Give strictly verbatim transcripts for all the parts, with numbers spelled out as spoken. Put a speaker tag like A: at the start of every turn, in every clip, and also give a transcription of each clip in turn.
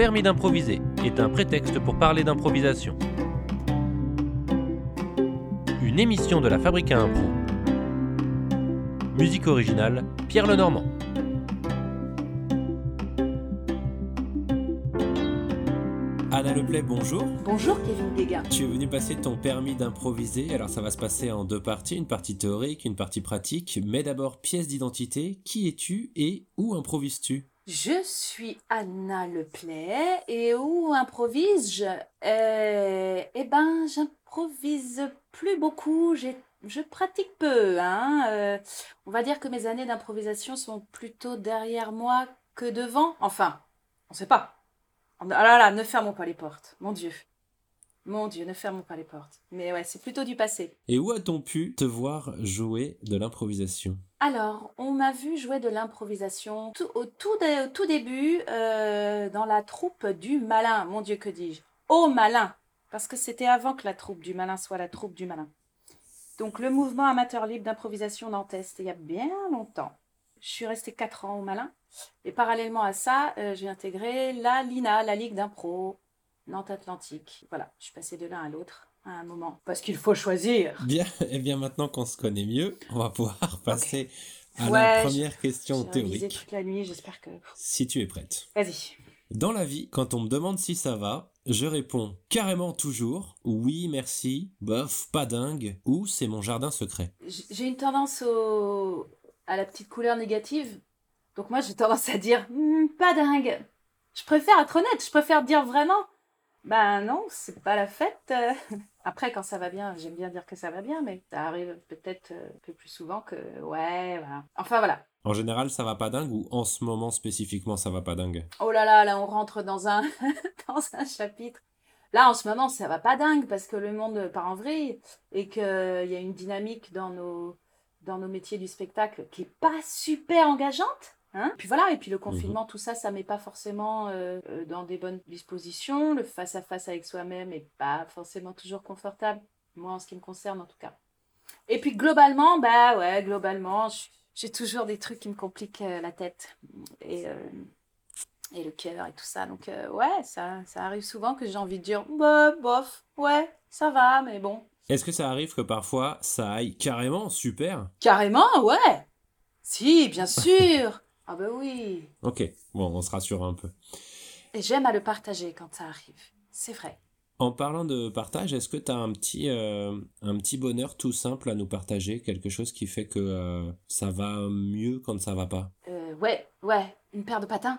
A: permis d'improviser est un prétexte pour parler d'improvisation. Une émission de la Fabrique à Impro. Musique originale, Pierre Lenormand.
B: Anna Leplay, bonjour.
C: Bonjour Kevin Guéguin.
B: Tu es venu passer ton permis d'improviser, alors ça va se passer en deux parties, une partie théorique, une partie pratique, mais d'abord pièce d'identité, qui es-tu et où improvises-tu ?
C: Je suis Anna Leplay et où improvise-je ? euh, Eh ben, j'improvise plus beaucoup, j'ai, je pratique peu. Hein. Euh, on va dire que mes années d'improvisation sont plutôt derrière moi que devant. Enfin, on sait pas. Ah là là, ne fermons pas les portes, mon Dieu. Mon Dieu, ne fermons pas les portes. Mais ouais, c'est plutôt du passé.
B: Et où a-t-on pu te voir jouer de l'improvisation ?
C: Alors, on m'a vu jouer de l'improvisation tout, au, tout dé, au tout début euh, dans la troupe du Malin. Mon Dieu, que dis-je ? Au Malin. Parce que c'était avant que la troupe du Malin soit la troupe du Malin. Donc, le mouvement amateur libre d'improvisation nantais, c'était il y a bien longtemps. Je suis restée quatre ans au Malin. Et parallèlement à ça, euh, j'ai intégré la LINA, la Ligue d'impro Nantes Atlantique. Voilà, je suis passée de l'un à l'autre à un moment. Parce qu'il faut choisir.
B: Bien, et bien maintenant qu'on se connaît mieux, on va pouvoir passer okay. à
C: ouais,
B: la première
C: je,
B: question
C: j'ai
B: théorique.
C: J'ai toute la nuit, j'espère que...
B: Si tu es prête.
C: Vas-y.
B: Dans la vie, quand on me demande si ça va, je réponds carrément toujours oui, merci, bof, pas dingue, ou c'est mon jardin secret.
C: J'ai une tendance au... à la petite couleur négative. Donc moi, j'ai tendance à dire hm, pas dingue. Je préfère être honnête, je préfère dire vraiment ben non, c'est pas la fête. Après, quand ça va bien, j'aime bien dire que ça va bien, mais ça arrive peut-être un peu plus souvent que ouais, voilà. Enfin voilà.
B: En général, ça va pas dingue ou en ce moment spécifiquement, ça va pas dingue ?
C: Oh là là, là on rentre dans un, dans un chapitre. Là, en ce moment, ça va pas dingue parce que le monde part en vrille et qu'il y a une dynamique dans nos, dans nos métiers du spectacle qui est pas super engageante. Hein, puis voilà, et puis le confinement, mmh. tout ça, ça met pas forcément euh, dans des bonnes dispositions. Le face-à-face avec soi-même est pas forcément toujours confortable, moi en ce qui me concerne en tout cas. Et puis globalement, bah ouais, globalement, j'ai toujours des trucs qui me compliquent euh, la tête et, euh, et le cœur et tout ça. Donc euh, ouais, ça, ça arrive souvent que j'ai envie de dire, bah bof, ouais, ça va, mais bon.
B: Est-ce que ça arrive que parfois ça aille carrément super ?
C: Carrément, ouais. Si, bien sûr. Ah bah oui.
B: Ok, bon, on se rassure un peu.
C: Et j'aime à le partager quand ça arrive, c'est vrai.
B: En parlant de partage, est-ce que tu as un petit, euh, un petit bonheur tout simple à nous partager ? Quelque chose qui fait que euh, ça va mieux quand ça va pas ?
C: euh, Ouais, ouais, une paire de patins.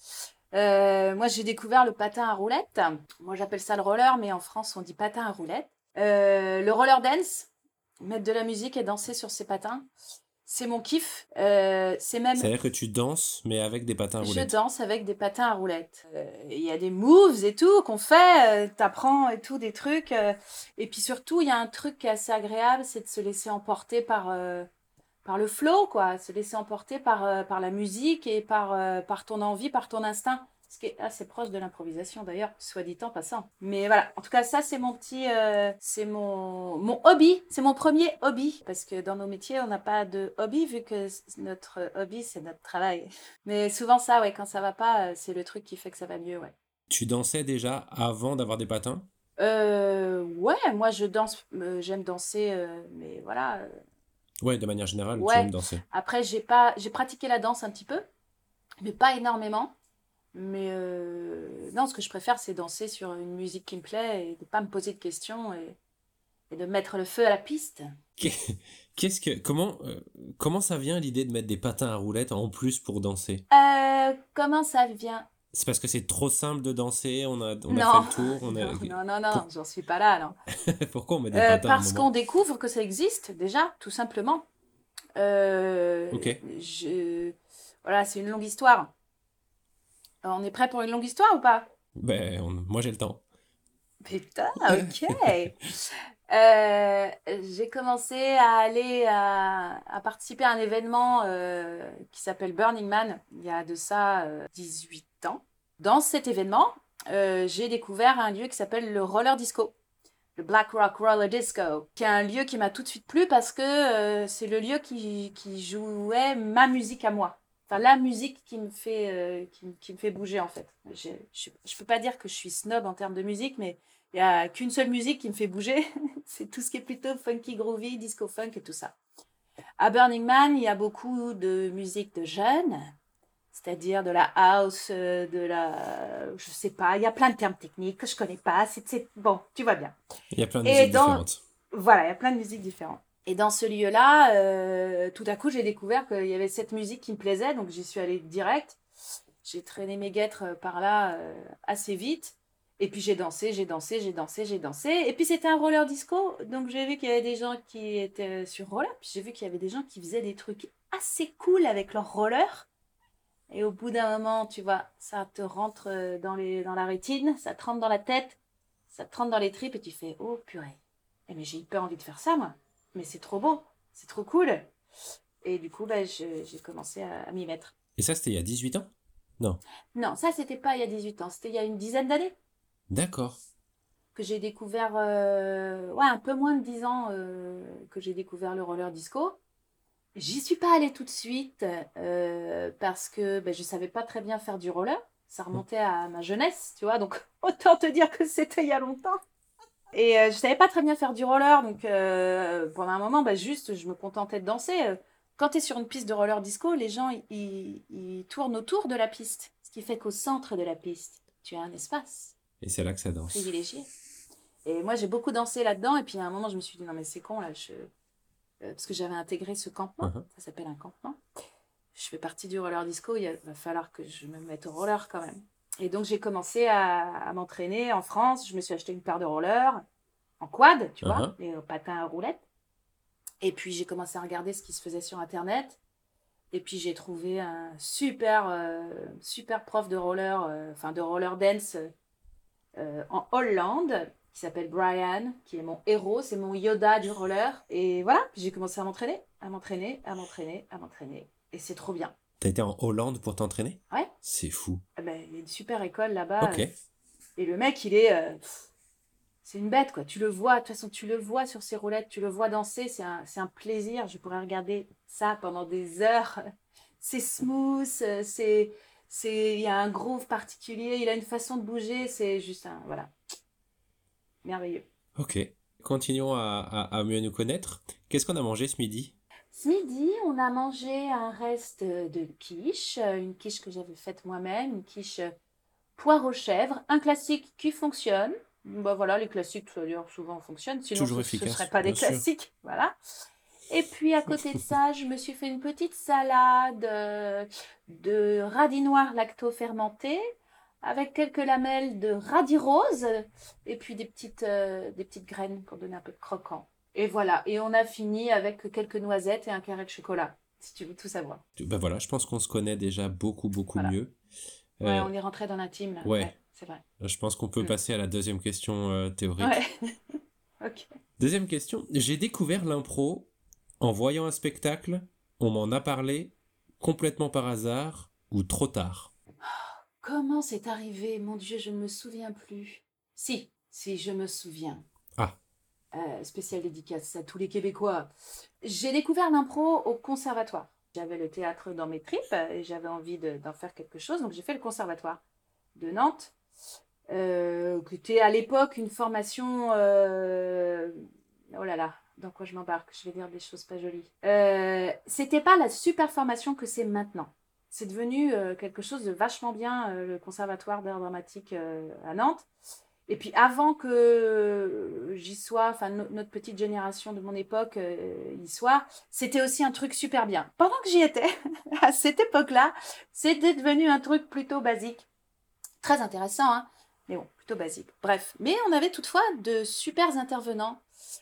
C: Euh, moi, j'ai découvert le patin à roulettes. Moi, j'appelle ça le roller, mais en France, on dit patin à roulettes. Euh, le roller dance, mettre de la musique et danser sur ses patins. C'est mon kiff. Euh, c'est même...
B: C'est-à-dire que tu danses, mais avec des patins à roulettes.
C: Je danse avec des patins à roulettes. Il euh, y a des moves et tout qu'on fait. Euh, t'apprends et tout, des trucs. Euh, et puis surtout, il y a un truc qui est assez agréable, c'est de se laisser emporter par, euh, par le flow, quoi. Se laisser emporter par, euh, par la musique et par, euh, par ton envie, par ton instinct. Ce qui est assez proche de l'improvisation d'ailleurs, soit dit en passant. Mais voilà, en tout cas ça c'est mon petit, euh, c'est mon, mon hobby, c'est mon premier hobby. Parce que dans nos métiers on n'a pas de hobby vu que notre hobby c'est notre travail. Mais souvent ça, ouais, quand ça va pas, c'est le truc qui fait que ça va mieux, ouais.
B: Tu dansais déjà avant d'avoir des patins ?
C: Euh, ouais, moi je danse, euh, j'aime danser, euh, mais voilà. Euh...
B: Ouais, de manière générale,
C: ouais.
B: tu aimes danser.
C: Après j'ai pas, j'ai pratiqué la danse un petit peu, mais pas énormément. Mais euh, non, ce que je préfère, c'est danser sur une musique qui me plaît et de ne pas me poser de questions et, et de mettre le feu à la piste.
B: Qu'est-ce que, comment, euh, comment ça vient l'idée de mettre des patins à roulettes en plus pour danser ?
C: euh, Comment ça vient ?
B: C'est parce que c'est trop simple de danser, on a, on
C: non,
B: a fait le tour on a...
C: non, non, non, non, Pour... j'en suis pas là, non.
B: Pourquoi on met des
C: euh,
B: patins
C: Parce
B: à un
C: qu'on
B: moment
C: découvre que ça existe, déjà, tout simplement. Euh,
B: ok.
C: Je... Voilà, c'est une longue histoire. On est prêt pour une longue histoire ou pas ?
B: Ben, on... moi j'ai le temps.
C: Putain, ok. euh, j'ai commencé à aller à, à participer à un événement euh, qui s'appelle Burning Man, il y a de ça euh, dix-huit ans. Dans cet événement, euh, j'ai découvert un lieu qui s'appelle le Roller Disco, le Black Rock Roller Disco, qui est un lieu qui m'a tout de suite plu parce que euh, c'est le lieu qui, qui jouait ma musique à moi. enfin la musique qui me fait, euh, qui, me- qui me fait bouger en fait. Je ne peux pas dire que je suis snob en termes de musique, mais il n'y a qu'une seule musique qui me fait bouger. C'est tout ce qui est plutôt funky, groovy, disco funk et tout ça. À Burning Man, il y a beaucoup de musique de jeunes, c'est-à-dire de la house, euh, de la... Je sais pas, il y a plein de termes techniques que je connais pas. C'est, c'est- Bon, tu vois bien.
B: Il y a plein de
C: Et
B: musiques
C: dans...
B: différentes.
C: Voilà, il y a plein de musiques différentes. Et dans ce lieu-là, euh, tout à coup, j'ai découvert qu'il y avait cette musique qui me plaisait, donc j'y suis allée direct. J'ai traîné mes guêtres euh, par là euh, assez vite. Et puis j'ai dansé, j'ai dansé, j'ai dansé, j'ai dansé. Et puis c'était un roller disco, donc j'ai vu qu'il y avait des gens qui étaient sur roller. Puis j'ai vu qu'il y avait des gens qui faisaient des trucs assez cool avec leur roller. Et au bout d'un moment, tu vois, ça te rentre euh, dans les, dans la rétine, ça te rentre dans la tête, ça te rentre dans les tripes et tu fais, oh purée. Eh, mais j'ai hyper envie de faire ça, moi. Mais c'est trop beau, c'est trop cool. Et du coup, bah, je- j'ai commencé à, à m'y mettre.
B: Et ça, c'était il y a dix-huit ans? Non.
C: Non, ça, c'était pas il y a dix-huit ans, c'était il y a une dizaine d'années
B: D'accord.
C: que j'ai découvert, euh, ouais, un peu moins de dix ans euh, que j'ai découvert le roller disco. J'y suis pas allée tout de suite euh, parce que ben, je savais pas très bien faire du roller. Ça remontait à ma jeunesse, tu vois, donc autant te dire que c'était il y a longtemps. Et euh, je savais pas très bien faire du roller, donc euh, pendant un moment, bah, juste, je me contentais de danser. Euh, Quand tu es sur une piste de roller disco, les gens, ils, ils tournent autour de la piste. Ce qui fait qu'au centre de la piste, tu as un espace
B: Et c'est là que ça danse.
C: privilégié. Et moi, j'ai beaucoup dansé là-dedans. Et puis, à un moment, je me suis dit, non, mais c'est con, là. Je... euh, parce que j'avais intégré ce campement.
B: Mhm.
C: Ça s'appelle un campement. Je fais partie du roller disco. Il va falloir que je me mette au roller quand même. Et donc, j'ai commencé à, à m'entraîner en France. Je me suis acheté une paire de rollers en quad, tu vois,
B: Mhm.
C: les patins à roulettes. Et puis j'ai commencé à regarder ce qui se faisait sur Internet. Et puis j'ai trouvé un super, euh, super prof de roller, euh, enfin de roller dance euh, en Hollande, qui s'appelle Brian, qui est mon héros, c'est mon Yoda du roller. Et voilà, puis j'ai commencé à m'entraîner, à m'entraîner, à m'entraîner, à m'entraîner. Et c'est trop bien.
B: T'as été en Hollande pour t'entraîner?
C: Ouais,
B: C'est fou.
C: eh ben, il y a une super école là-bas.
B: Ok.
C: euh, Et le mec, il est... euh, pff, c'est une bête, quoi. Tu le vois, de toute façon, tu le vois sur ses roulettes, tu le vois danser, c'est un, c'est un plaisir. Je pourrais regarder ça pendant des heures. C'est smooth, euh, c'est, c'est, il y a un groove particulier, il a une façon de bouger, c'est juste un, voilà, merveilleux.
B: Ok. Continuons à, à- à mieux nous connaître. Qu'est-ce qu'on a mangé ce midi?
C: Ce midi, on a mangé un reste de quiche, euh, une quiche que j'avais faite moi-même, une quiche euh, poire aux chèvres, un classique qui fonctionne. Bah voilà, les classiques, d'ailleurs, souvent fonctionnent, sinon
B: Toujours
C: ce ne seraient
B: efficace,
C: pas des
B: bien sûr.
C: classiques. Voilà. Et puis à côté de ça, je me suis fait une petite salade euh, de radis noirs lacto-fermentés avec quelques lamelles de radis rose et puis des petites, euh, des petites graines pour donner un peu de croquant. Et voilà. Et on a fini avec quelques noisettes et un carré de chocolat, si tu veux tout savoir.
B: Ben voilà, je pense qu'on se connaît déjà beaucoup, beaucoup
C: Voilà.
B: mieux.
C: Ouais,
B: Euh,
C: on est rentré dans l'intime là.
B: ouais,
C: Ouais, c'est vrai.
B: je pense qu'on peut
C: Mm.
B: passer à la deuxième question euh,
C: Ouais.
B: théorique.
C: Ok.
B: Deuxième question. J'ai découvert l'impro en voyant un spectacle. On m'en a parlé complètement par hasard ou trop tard.
C: Comment c'est arrivé? Mon Dieu, je ne me souviens plus. Si, si, je me souviens.
B: Ah,
C: Euh, spéciale dédicace à tous les Québécois. J'ai découvert l'impro au conservatoire. J'avais le théâtre dans mes tripes et j'avais envie de- d'en faire quelque chose, donc j'ai fait le conservatoire de Nantes, euh, qui était à l'époque une formation. euh, Oh là là, dans quoi je m'embarque? Je vais dire des choses pas jolies. Euh, c'était pas la super formation que c'est maintenant. C'est devenu euh, quelque chose de vachement bien, euh, le conservatoire d'art dramatique euh, à Nantes. Et puis avant que j'y sois, enfin no- notre petite génération de mon époque euh, y soit, c'était aussi un truc super bien. Pendant que j'y étais, à cette époque-là, c'était devenu un truc plutôt basique. Très intéressant, hein, mais bon, plutôt basique. Bref, mais on avait toutefois de super intervenants.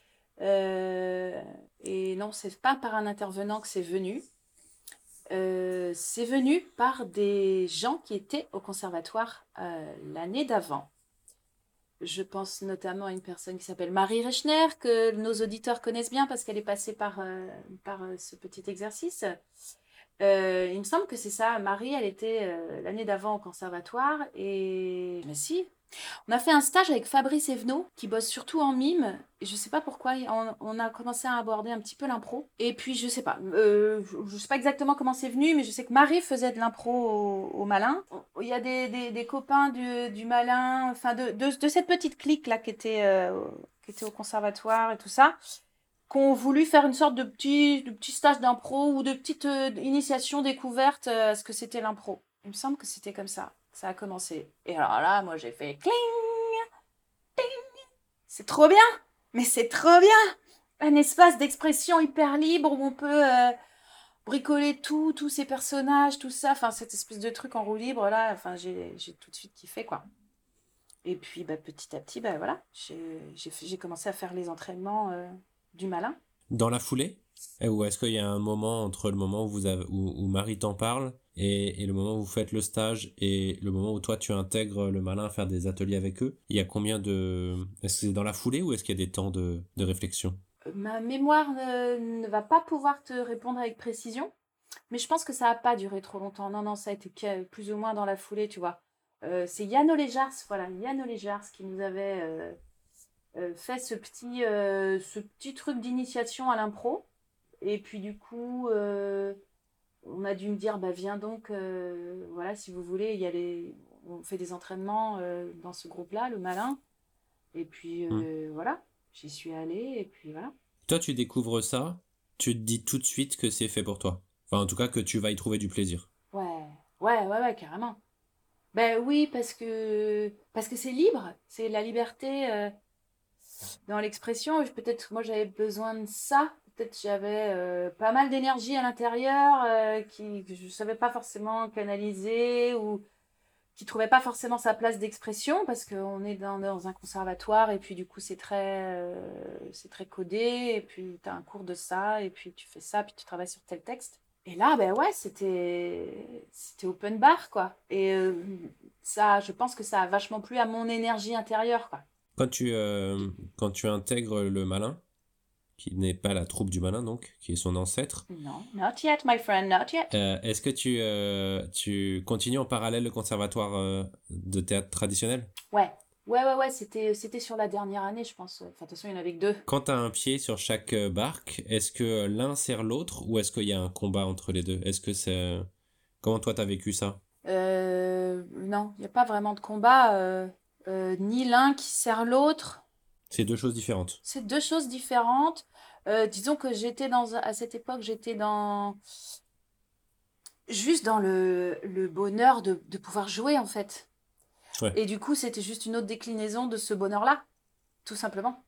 C: Euh, et non, c'est pas par un intervenant que c'est venu. Euh, c'est venu par des gens qui étaient au conservatoire euh, l'année d'avant. Je pense notamment à une personne qui s'appelle Marie Rechner, que nos auditeurs connaissent bien parce qu'elle est passée par, euh, par euh, ce petit exercice. Euh, il me semble que c'est ça. Marie, elle était euh, l'année d'avant au conservatoire. Et mais si. On a fait un stage avec Fabrice Evenot, qui bosse surtout en mime. Et je sais pas pourquoi, on, on a commencé à aborder un petit peu l'impro. Et puis, je sais pas, euh, je, je sais pas exactement comment c'est venu, mais je sais que Marie faisait de l'impro au, au Malin. Il y a des, des, des copains du, du Malin, enfin, de, de, de cette petite clique-là qui était, euh, qui était au conservatoire et tout ça, qui ont voulu faire une sorte de petit, de petit stage d'impro ou de petite euh, initiation découverte euh, à ce que c'était l'impro. Il me semble que c'était comme ça. Ça a commencé. Et alors là, moi, j'ai fait cling, ting. C'est trop bien. Mais c'est trop bien. Un espace d'expression hyper libre où on peut euh, bricoler tout, tous ces personnages, tout ça. Enfin, cette espèce de truc en roue libre, là. Enfin, j'ai, j'ai tout de suite kiffé, quoi. Et puis, bah, petit à petit, bah, voilà, j'ai, j'ai, fait- j'ai commencé à faire les entraînements euh, du Malin.
B: Dans la foulée? Eh, Ou est-ce qu'il y a un moment entre le moment où, vous avez, où, où Marie t'en parle et, et le moment où vous faites le stage et le moment où toi tu intègres le Malin à faire des ateliers avec eux? Il y a combien de... Est-ce que c'est dans la foulée ou est-ce qu'il y a des temps de, de réflexion?
C: Ma mémoire ne, ne va pas pouvoir te répondre avec précision, mais je pense que ça n'a pas duré trop longtemps. Non, non, ça a été que- plus ou moins dans la foulée, tu vois. Euh, c'est Yann Olejars, voilà, Yann Olejars qui nous avait euh, euh, fait ce petit, euh, ce petit truc d'initiation à l'impro. Et puis du coup, euh, on a dû me dire, bah viens donc, euh, voilà, si vous voulez, il y a les... on fait des entraînements euh, dans ce groupe-là, le Malin. Et puis
B: Hmm.
C: euh, voilà, j'y suis allée, et puis voilà.
B: Toi tu découvres ça, tu te dis tout de suite que c'est fait pour toi. Enfin en tout cas que tu vas y trouver du plaisir.
C: Ouais, ouais, ouais, ouais, carrément. Ben oui, parce que parce que c'est libre, c'est la liberté euh, dans l'expression. Peut-être que moi j'avais besoin de ça. Peut-être j'avais euh, pas mal d'énergie à l'intérieur euh, qui que je savais pas forcément canaliser ou qui trouvait pas forcément sa place d'expression parce qu'on est dans, dans un conservatoire et puis du coup c'est très euh, c'est très codé et puis tu as un cours de ça et puis tu fais ça puis tu travailles sur tel texte. Et là, ben ouais, c'était c'était open bar, quoi. Et euh, ça, je pense que ça a vachement plu à mon énergie intérieure, quoi.
B: Quand tu, euh, quand tu intègres le Malin, qui n'est pas la troupe du Malin donc, qui est son ancêtre,
C: Non, not yet, my friend, not yet.
B: Euh, est-ce que tu, euh, tu continues en parallèle le conservatoire euh, de théâtre traditionnel?
C: Ouais, ouais, ouais, ouais, c'était c'était sur la dernière année, je pense. Enfin, de toute façon, il y en avait que deux.
B: Quand tu as un pied sur chaque euh, barque, est-ce que l'un sert l'autre ou est-ce qu'il y a un combat entre les deux? Est-ce que c'est... Comment toi t'as vécu ça?
C: Euh, non, il n'y a pas vraiment de combat, euh, euh, ni l'un qui sert l'autre.
B: C'est deux choses différentes.
C: C'est deux choses différentes. Euh, disons que j'étais dans, à cette époque, j'étais dans, juste dans le, le bonheur de, de pouvoir jouer, en fait.
B: Ouais,
C: Et du coup, c'était juste une autre déclinaison de ce bonheur-là, tout simplement.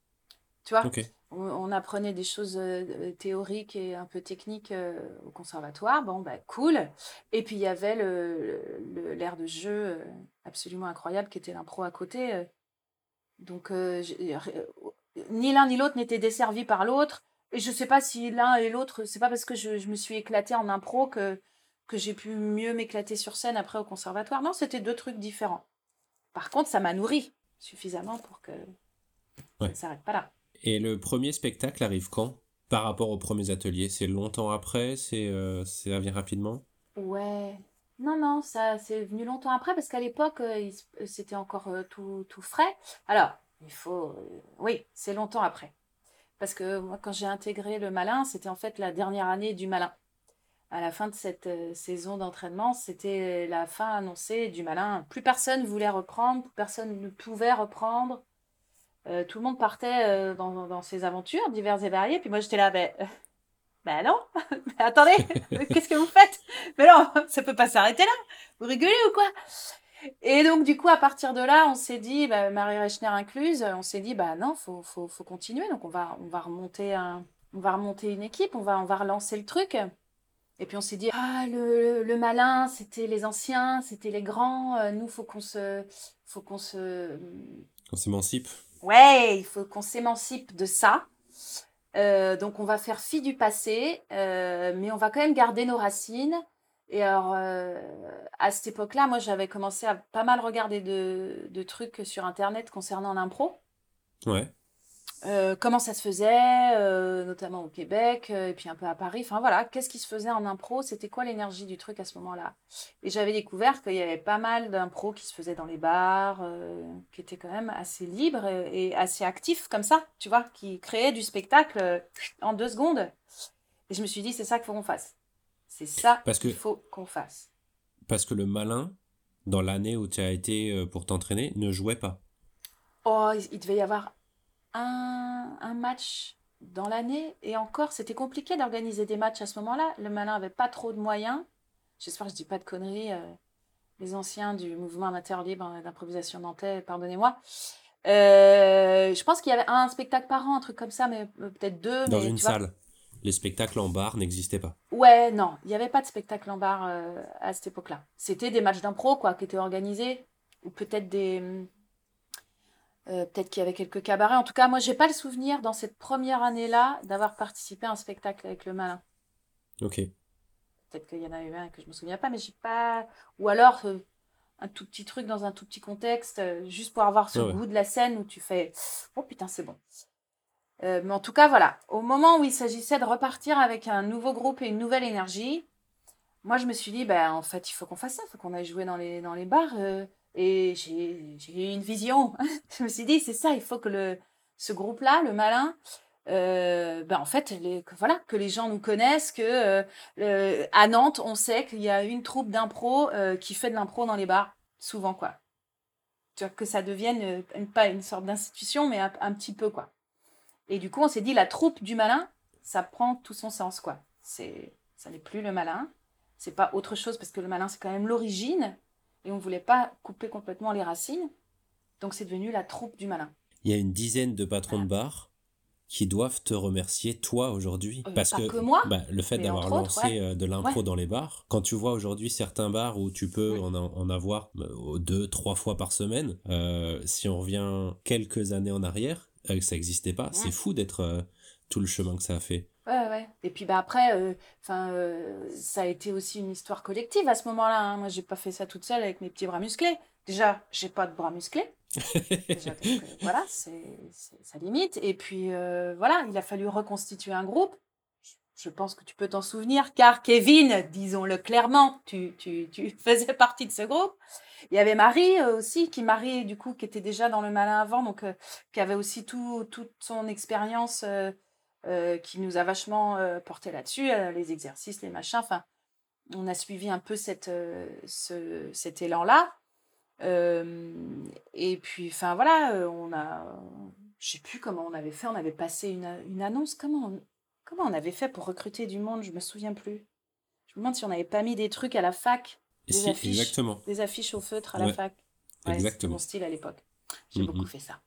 C: Tu vois,
B: ok.
C: on, on apprenait des choses euh, théoriques et un peu techniques euh, au conservatoire. Bon, bah, cool. Et puis, il y avait le, le- l'air de jeu euh, absolument incroyable qui était l'impro à côté. euh. Donc, euh, j'ai- euh, ni l'un ni l'autre n'était desservi par l'autre. Et je sais pas si l'un et l'autre, c'est pas parce que je, je me suis éclatée en impro que, que j'ai pu mieux m'éclater sur scène après au conservatoire. Non, c'était deux trucs différents. Par contre, ça m'a nourri suffisamment pour que ça
B: Ouais.
C: ne s'arrête pas là.
B: Et le premier spectacle arrive quand? Par rapport aux premiers ateliers? C'est longtemps après? C'est, euh, ça vient rapidement?
C: Ouais. Non, non, ça c'est venu longtemps après parce qu'à l'époque, euh, il s- c'était encore euh, tout, tout frais. Alors, il faut... euh, oui, c'est longtemps après. Parce que moi, quand j'ai intégré le Malin, c'était en fait la dernière année du Malin. À la fin de cette euh, saison d'entraînement, c'était la fin annoncée du Malin. Plus personne voulait reprendre, plus personne ne pouvait reprendre. Euh, tout le monde partait euh, dans, dans ses aventures diverses et variées. Puis moi, j'étais là, ben, euh, ben non, mais attendez, qu'est-ce que vous faites? Mais non, ça peut pas s'arrêter là. Vous rigolez ou quoi? Et donc, du coup, à partir de là, on s'est dit, bah, Marie Rechner incluse, on s'est dit, bah non, faut, faut, faut continuer. Donc, on va, on va remonter un, on va remonter une équipe, on va, on va relancer le truc. Et puis, on s'est dit, ah, le, le malin, c'était les anciens, c'était les grands. Euh, nous, faut qu'on se, faut qu'on se,
B: On s'émancipe?
C: ouais, il faut qu'on s'émancipe de ça. Euh, donc on va faire fi du passé, euh, mais on va quand même garder nos racines. Et alors, euh, à cette époque-là, moi, j'avais commencé à pas mal regarder de, de trucs sur Internet concernant l'impro.
B: Ouais.
C: Euh, comment ça se faisait, euh, notamment au Québec, euh, et puis un peu à Paris. Enfin voilà, qu'est-ce qui se faisait en impro? C'était quoi l'énergie du truc à ce moment-là? Et j'avais découvert qu'il y avait pas mal d'impro qui se faisait dans les bars, euh, qui étaient quand même assez libres et, et assez actifs comme ça, tu vois, qui créaient du spectacle euh, en deux secondes. Et je me suis dit, c'est ça qu'il faut qu'on fasse. C'est ça
B: Parce
C: qu'il
B: que,
C: faut qu'on fasse.
B: parce que le malin, dans l'année où tu as été euh, pour t'entraîner, ne jouait pas.
C: Oh, il, il devait y avoir un, un match dans l'année. Et encore, c'était compliqué d'organiser des matchs à ce moment-là. Le Malin avait pas trop de moyens. J'espère que je dis pas de conneries. euh, les anciens du mouvement amateur libre euh, d'improvisation nantais, pardonnez-moi. Euh, je pense qu'il y avait un spectacle par an, un truc comme ça, mais euh, peut-être deux.
B: Dans
C: Mais
B: une
C: tu vois,
B: salle, les spectacles en bar n'existaient pas.
C: ouais, non, il n'y avait pas de spectacle en bar euh, à cette époque-là. C'était des matchs d'impro, quoi, qui étaient organisés. Ou peut-être des, Euh, peut-être qu'il y avait quelques cabarets. En tout cas, moi, j'ai pas le souvenir dans cette première année-là d'avoir participé à un spectacle avec le Malin.
B: Ok.
C: Peut-être qu'il y en avait un que je me souviens pas, mais j'ai pas. Ou alors euh, un tout petit truc dans un tout petit contexte, euh, juste pour avoir ce
B: Ouais, ouais.
C: goût de la scène où tu fais oh putain, c'est bon. Euh, mais en tout cas, voilà. Au moment où il s'agissait de repartir avec un nouveau groupe et une nouvelle énergie, moi, je me suis dit, ben, en fait, il faut qu'on fasse ça, il faut qu'on aille jouer dans les, dans les bars. euh, et j'ai j'ai eu une vision. Je me suis dit, c'est ça, il faut que le, ce groupe-là, le Malin, euh, ben, en fait, les, que, voilà, que les gens nous connaissent, que euh, le- à Nantes, on sait qu'il y a une troupe d'impro euh, qui fait de l'impro dans les bars, souvent, quoi. Tu vois, que ça devienne euh, une- pas une sorte d'institution, mais un, un petit peu, quoi. Et du coup, on s'est dit, la troupe du Malin, ça prend tout son sens, quoi. C'est, ça n'est plus le Malin, c'est pas autre chose parce que le Malin, c'est quand même l'origine, et on voulait pas couper complètement les racines, donc c'est devenu la troupe du Malin.
B: Il y a une dizaine de patrons de
C: Voilà.
B: bar qui doivent te remercier toi aujourd'hui.
C: Euh,
B: Parce
C: pas que
B: que
C: moi,
B: bah, le fait
C: mais
B: d'avoir
C: entre autres, ouais.
B: lancé euh, de
C: Ouais.
B: l'impro dans les bars, quand tu vois aujourd'hui certains bars où tu peux
C: Mm.
B: en, en avoir euh, deux, trois fois par semaine, euh, si on revient quelques années en arrière, euh, ça n'existait pas. C'est
C: Mm.
B: fou d'être euh, tout le chemin que ça a fait.
C: Ouais, ouais. Et puis bah après, euh, 'fin, euh, ça a été aussi une histoire collective à ce moment-là. Hein. Moi, j'ai pas fait ça toute seule avec mes petits bras musclés. Déjà, j'ai pas de bras musclés. Déjà, donc euh, voilà, c'est, c'est- ça limite. Et puis euh, voilà, il a fallu reconstituer un groupe. Je je pense que tu peux t'en souvenir, car Kevin, disons-le clairement, tu, tu, tu faisais partie de ce groupe. Il y avait Marie euh, aussi, qui Marie, du coup, qui était déjà dans le malin avant, donc euh, qui avait aussi tout, toute son expérience euh, euh, qui nous a vachement euh, porté là-dessus, euh, les exercices, les machins. Enfin, on a suivi un peu cette, euh, ce, cet élan-là. Euh, et puis, enfin voilà, euh, on a, je sais plus comment on avait fait, on avait passé une, une annonce, comment on, comment on avait fait pour recruter du monde, je me souviens plus. Je me demande si on n'avait pas mis des trucs à la fac,
B: Et
C: des
B: si,
C: affiches,
B: exactement.
C: des affiches au feutre à la
B: Ouais,
C: fac. Ouais, c'était mon
B: exactement.
C: style à l'époque. J'ai
B: Mm,
C: beaucoup
B: mm.
C: fait ça.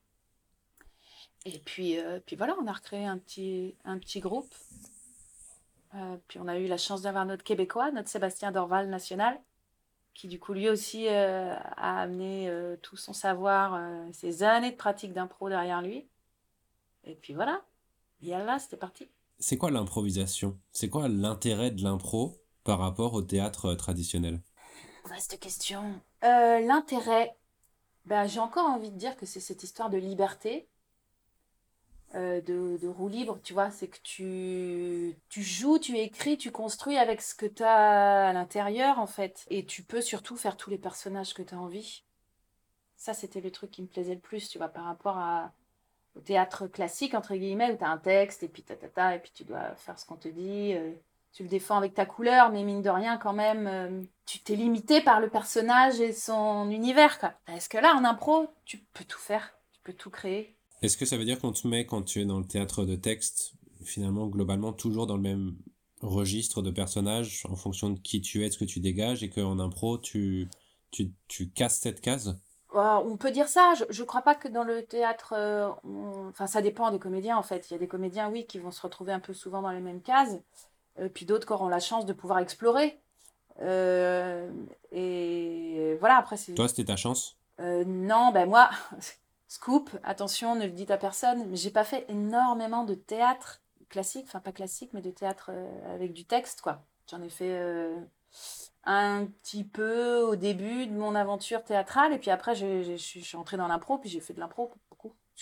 C: Et puis, euh, puis voilà, on a recréé un petit, un petit groupe. Euh, puis on a eu la chance d'avoir notre Québécois, notre Sébastien Dorval national, qui du coup lui aussi euh, a amené euh, tout son savoir, euh, ses années de pratique d'impro derrière lui. Et puis voilà, et là, c'était parti.
B: C'est quoi l'improvisation? C'est quoi l'intérêt de l'impro par rapport au théâtre euh, traditionnel?
C: Vaste question. Euh, l'intérêt, ben, j'ai encore envie de dire que c'est cette histoire de liberté, euh, de, de roue libre, tu vois, c'est que tu, tu joues, tu écris, tu construis avec ce que tu as à l'intérieur, en fait. Et tu peux surtout faire tous les personnages que tu as envie. Ça, c'était le truc qui me plaisait le plus, tu vois, par rapport à, au théâtre classique, entre guillemets, où tu as un texte, et puis ta, ta, ta, et puis tu dois faire ce qu'on te dit. euh, tu le défends avec ta couleur, mais mine de rien, quand même, euh, tu t'es limité par le personnage et son univers, quoi. Est-ce que là, en impro, tu peux tout faire, tu peux tout créer.
B: Est-ce que ça veut dire qu'on te met, quand tu es dans le théâtre de texte, finalement, globalement, toujours dans le même registre de personnages en fonction de qui tu es, de ce que tu dégages, et qu'en impro, tu, tu, tu casses cette case?
C: Euh, on peut dire ça. Je ne crois pas que dans le théâtre, euh, on- enfin ça dépend des comédiens en fait. Il y a des comédiens, oui, qui vont se retrouver un peu souvent dans les mêmes cases, euh, puis d'autres qui auront la chance de pouvoir explorer. Euh, et voilà, après c'est...
B: Toi, c'était ta chance?
C: Euh, non, ben moi, scoop, attention, ne le dites à personne, mais j'ai pas fait énormément de théâtre classique, enfin pas classique, mais de théâtre euh, avec du texte, quoi. J'en ai fait euh, un petit peu au début de mon aventure théâtrale, et puis après, j'ai- j'ai- je suis je suis entrée dans l'impro, puis j'ai fait de l'impro beaucoup, surtout.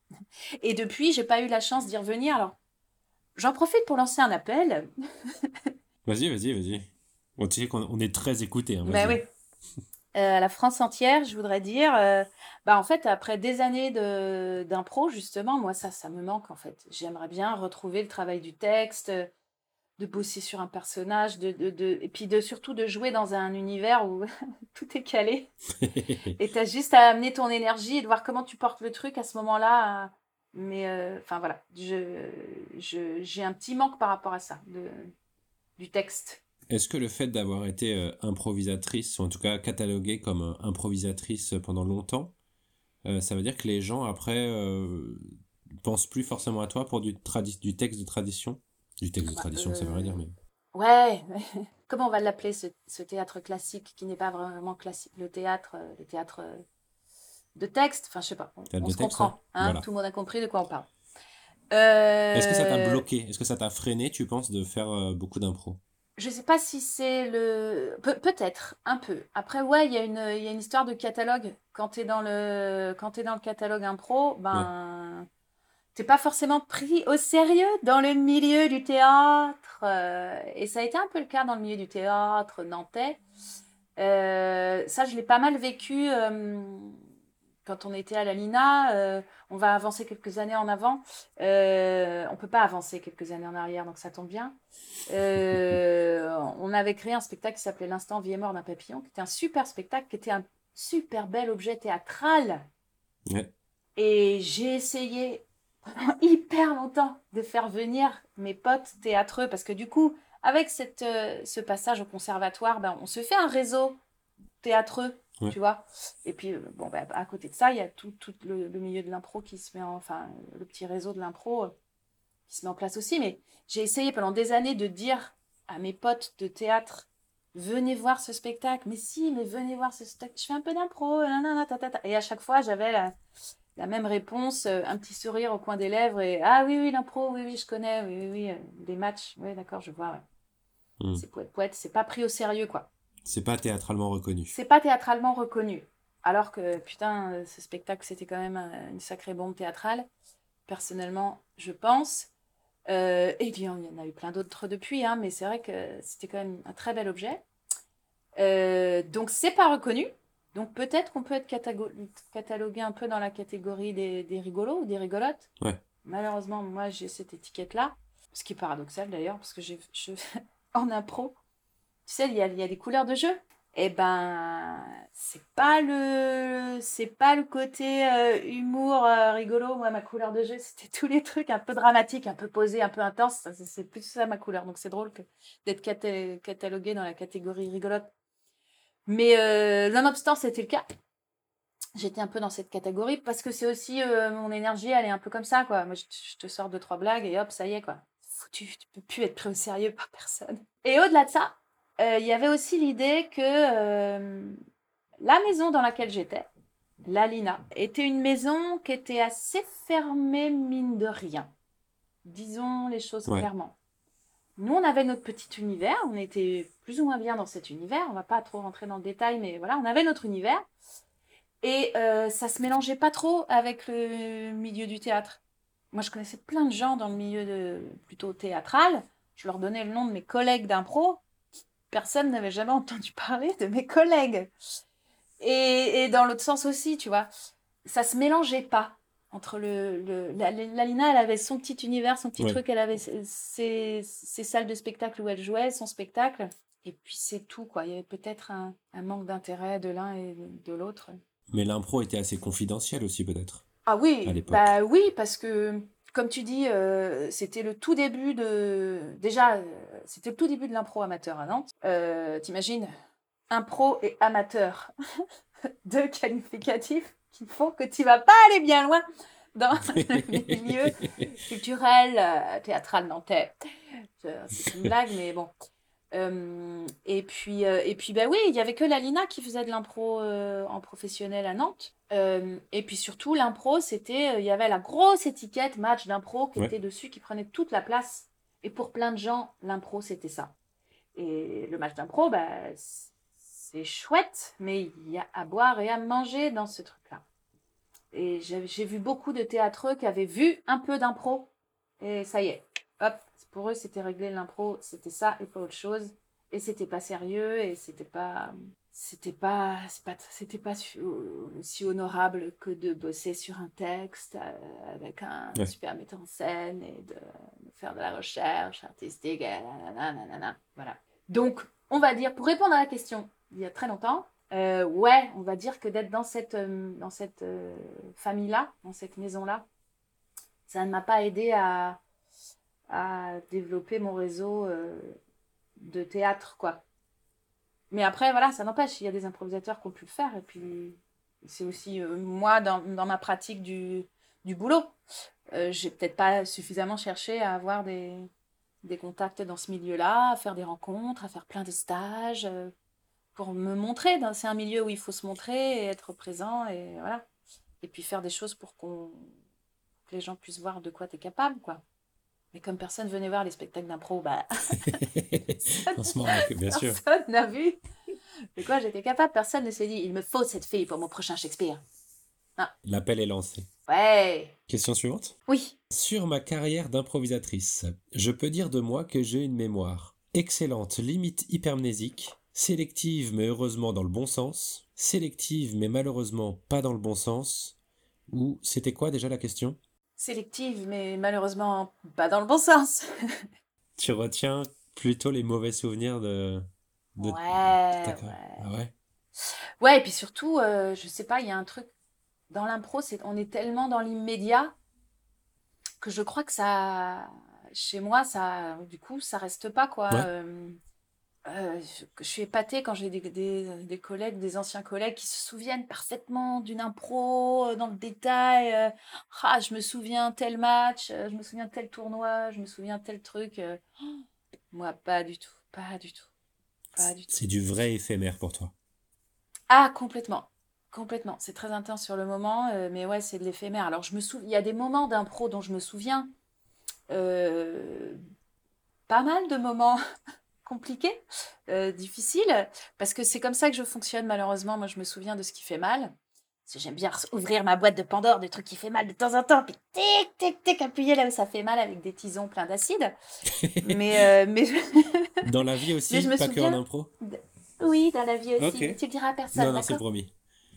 C: Et depuis, j'ai pas eu la chance d'y revenir. Alors, j'en profite pour lancer un appel.
B: Vas-y, vas-y, vas-y. On tu sais qu'on on est très écoutés, hein,
C: Ben
B: vas-y.
C: oui. Euh, à la France entière, je voudrais dire, euh, bah en fait, après des années de d'impro, justement, moi, ça, ça me manque, en fait. J'aimerais bien retrouver le travail du texte, euh, de bosser sur un personnage, de, de, de- et puis de surtout de jouer dans un univers où tout est calé. Et tu as juste à amener ton énergie et de voir comment tu portes le truc à ce moment-là. euh, Mais, euh, enfin, voilà, je, je, j'ai un petit manque par rapport à ça, de, du texte.
B: Est-ce que le fait d'avoir été euh, improvisatrice, ou en tout cas cataloguée comme euh, improvisatrice pendant longtemps, euh, ça veut dire que les gens après euh, pensent plus forcément à toi pour du, tradi- du texte de tradition? Du texte de
C: Bah,
B: tradition, ça veut rien
C: euh,
B: dire, mais...
C: ouais, comment on va l'appeler ce, ce théâtre classique qui n'est pas vraiment classique, le théâtre, euh, le théâtre euh, de texte, enfin je sais pas, on,
B: Théâtre
C: on
B: de
C: se
B: texte, ouais.
C: comprend, hein,
B: Voilà.
C: tout le monde a compris de quoi on parle.
B: Est-ce que ça t'a
C: Euh,
B: bloqué? Est-ce que ça t'a freiné, tu penses, de faire euh, beaucoup d'impro?
C: je sais pas si c'est le... Pe- peut-être, un peu. Après, ouais, il y a une, il y a une histoire de catalogue. Quand t'es dans le, quand t'es dans le catalogue impro,
B: Ouais.
C: ben, t'es pas forcément pris au sérieux dans le milieu du théâtre. euh, et ça a été un peu le cas dans le milieu du théâtre nantais. Euh, ça, je l'ai pas mal vécu euh, quand on était à la Lina. Euh, on va avancer quelques années en avant. Euh, on peut pas avancer quelques années en arrière, donc ça tombe bien. Euh, on avait créé un spectacle qui s'appelait L'instant vie et mort d'un papillon, qui était un super spectacle, qui était un super bel objet théâtral.
B: Ouais.
C: Et j'ai essayé pendant hyper longtemps de faire venir mes potes théâtreux, parce que du coup, avec cette, euh, ce passage au conservatoire, ben, on se fait un réseau théâtreux,
B: Ouais.
C: tu vois. Et puis, euh, bon, ben, à côté de ça, il y a tout, tout le, le milieu de l'impro qui se met en, enfin, le petit réseau de l'impro euh, qui se met en place aussi. Mais j'ai essayé pendant des années de dire à mes potes de théâtre, venez voir ce spectacle. Mais si, mais venez voir ce spectacle. Je fais un peu d'impro. Nanana, tatata. Et à chaque fois, j'avais la, la même réponse, euh, un petit sourire au coin des lèvres et ah oui, oui, l'impro, oui, oui, je connais, oui, oui, oui, euh, des matchs, oui, d'accord, je vois, ouais.
B: Hmm.
C: C'est poète, poète, c'est pas pris au sérieux, quoi.
B: C'est pas théâtralement reconnu.
C: C'est pas théâtralement reconnu. Alors que, putain, euh, ce spectacle, c'était quand même euh, une sacrée bombe théâtrale, personnellement, je pense. Euh, et il y en a eu plein d'autres depuis, hein, mais c'est vrai que c'était quand même un très bel objet. Euh, donc, c'est pas reconnu. Donc, peut-être qu'on peut être catago- catalogué un peu dans la catégorie des, des rigolos ou des rigolotes.
B: Ouais.
C: Malheureusement, moi, j'ai cette étiquette-là. Ce qui est paradoxal d'ailleurs, parce que j'ai, je, en impro, tu sais, il y a, il y a des couleurs de jeu. Eh ben, c'est pas le, c'est pas le côté euh, humour euh, rigolo. Moi, ma couleur de jeu, c'était tous les trucs un peu dramatiques, un peu posés, un peu intenses. Ça, C'est c'est plus ça ma couleur. Donc, c'est drôle que d'être cata- catalogué dans la catégorie rigolote. Mais euh, nonobstant, c'était le cas. J'étais un peu dans cette catégorie parce que c'est aussi euh, mon énergie, elle est un peu comme ça, quoi. Moi, je, je te sors deux, trois blagues et hop, ça y est, quoi. Foutu, tu peux plus être pris au sérieux par personne. Et au-delà de ça, euh, il y avait aussi l'idée que euh, la maison dans laquelle j'étais, la Lina, était une maison qui était assez fermée, mine de rien. Disons les choses
B: Ouais.
C: clairement. Nous, on avait notre petit univers, on était plus ou moins bien dans cet univers, on va pas trop rentrer dans le détail, mais voilà, on avait notre univers. Et euh, ça se mélangeait pas trop avec le milieu du théâtre. Moi, je connaissais plein de gens dans le milieu de, plutôt théâtral. Je leur donnais le nom de mes collègues d'impro. Personne n'avait jamais entendu parler de mes collègues. Et, et dans l'autre sens aussi, tu vois. Ça se mélangeait pas. Entre le, le la, la Lina, elle avait son petit univers, son petit
B: Ouais.
C: truc, elle avait ses, ses, ses salles de spectacle où elle jouait, son spectacle. Et puis c'est tout, quoi. Il y avait peut-être un, un manque d'intérêt de l'un et de l'autre.
B: Mais l'impro était assez confidentiel aussi, peut-être,
C: Ah
B: à
C: oui,
B: l'époque.
C: bah oui, parce que, comme tu dis, euh, c'était le tout début de... Déjà, euh, c'était le tout début de l'impro amateur à Nantes. Euh, t'imagines, impro et amateur, deux qualificatifs qui font que tu vas pas aller bien loin dans le milieu culturel, euh, théâtral nantais. Euh, C'est une blague, mais bon. Euh, et puis, euh, et puis bah oui, il y avait que la Lina qui faisait de l'impro euh, en professionnel à Nantes. Euh, et puis surtout, l'impro, c'était, euh, il y avait la grosse étiquette match d'impro qui
B: Ouais.
C: était dessus, qui prenait toute la place. Et pour plein de gens, l'impro, c'était ça. Et le match d'impro, bah, c- c'est chouette, mais il y a à boire et à manger dans ce truc-là. Et j'ai, j'ai vu beaucoup de théâtreux qui avaient vu un peu d'impro. Et ça y est, hop, pour eux, c'était réglé l'impro, c'était ça et pas autre chose. Et c'était pas sérieux et c'était pas... C'était pas, c'est pas, c'était pas si, si honorable que de bosser sur un texte euh, avec un
B: Ouais.
C: super metteur en scène et de, de faire de la recherche artistique. Et nanana, nanana, voilà. Donc, on va dire, pour répondre à la question il y a très longtemps, euh, ouais, on va dire que d'être dans cette, euh, dans cette euh, famille-là, dans cette maison-là, ça ne m'a pas aidé à, à développer mon réseau euh, de théâtre, quoi. Mais après, voilà, ça n'empêche, il y a des improvisateurs qui ont pu le faire. Et puis, c'est aussi euh, moi, dans, dans ma pratique du, du boulot. Euh, j'ai peut-être pas suffisamment cherché à avoir des, des contacts dans ce milieu-là, à faire des rencontres, à faire plein de stages, euh, pour me montrer. C'est un milieu où il faut se montrer et être présent. Et voilà. Et puis faire des choses pour qu'on, que les gens puissent voir de quoi tu es capable, quoi. Mais comme personne venait voir les spectacles d'impro, bah,
B: On se marre, bien sûr.
C: personne n'a vu de quoi j'étais capable. Personne ne s'est dit, il me faut cette fille pour mon prochain Shakespeare. Non.
B: L'appel est lancé.
C: Ouais.
B: Question suivante.
C: Oui.
B: Sur ma carrière d'improvisatrice, je peux dire de moi que j'ai une mémoire excellente, limite hypermnésique, sélective mais heureusement dans le bon sens, sélective mais malheureusement pas dans le bon sens, ou c'était quoi déjà la question ?
C: Sélective, mais malheureusement pas dans le bon sens.
B: Tu retiens plutôt les mauvais souvenirs de, de,
C: Ouais,
B: de ta carrière.
C: ouais.
B: Ah ouais.
C: Ouais, et puis surtout, euh, je sais pas, il y a un truc dans l'impro, c'est on est tellement dans l'immédiat que je crois que ça, chez moi, ça, du coup, ça reste pas, quoi.
B: Ouais.
C: Euh, euh, je, je suis épatée quand j'ai des, des, des collègues, des anciens collègues qui se souviennent parfaitement d'une impro euh, dans le détail. euh, ah, je me souviens tel match, euh, je me souviens tel tournoi, je me souviens tel truc. euh. Moi, pas du tout, pas du tout, pas du tout.
B: C'est du vrai éphémère pour toi.
C: Ah, complètement. Complètement. C'est très intense sur le moment, euh, mais ouais, c'est de l'éphémère. Alors, je me souviens, il y a des moments d'impro dont je me souviens, euh, pas mal de moments compliqués, euh, difficiles, parce que c'est comme ça que je fonctionne, malheureusement. Moi, je me souviens de ce qui fait mal. Parce que j'aime bien ouvrir ma boîte de Pandore, des trucs qui fait mal de temps en temps, puis tic, tic, tic, appuyer là où ça fait mal avec des tisons pleins d'acide. Mais, euh, mais, je...
B: Dans la vie
C: mais
B: aussi,
C: je me
B: pas que en
C: souviens.
B: impro ?
C: de- Oui, dans la vie aussi,
B: Ok.
C: mais tu le diras à personne,
B: Non, non, c'est
C: d'accord?
B: promis.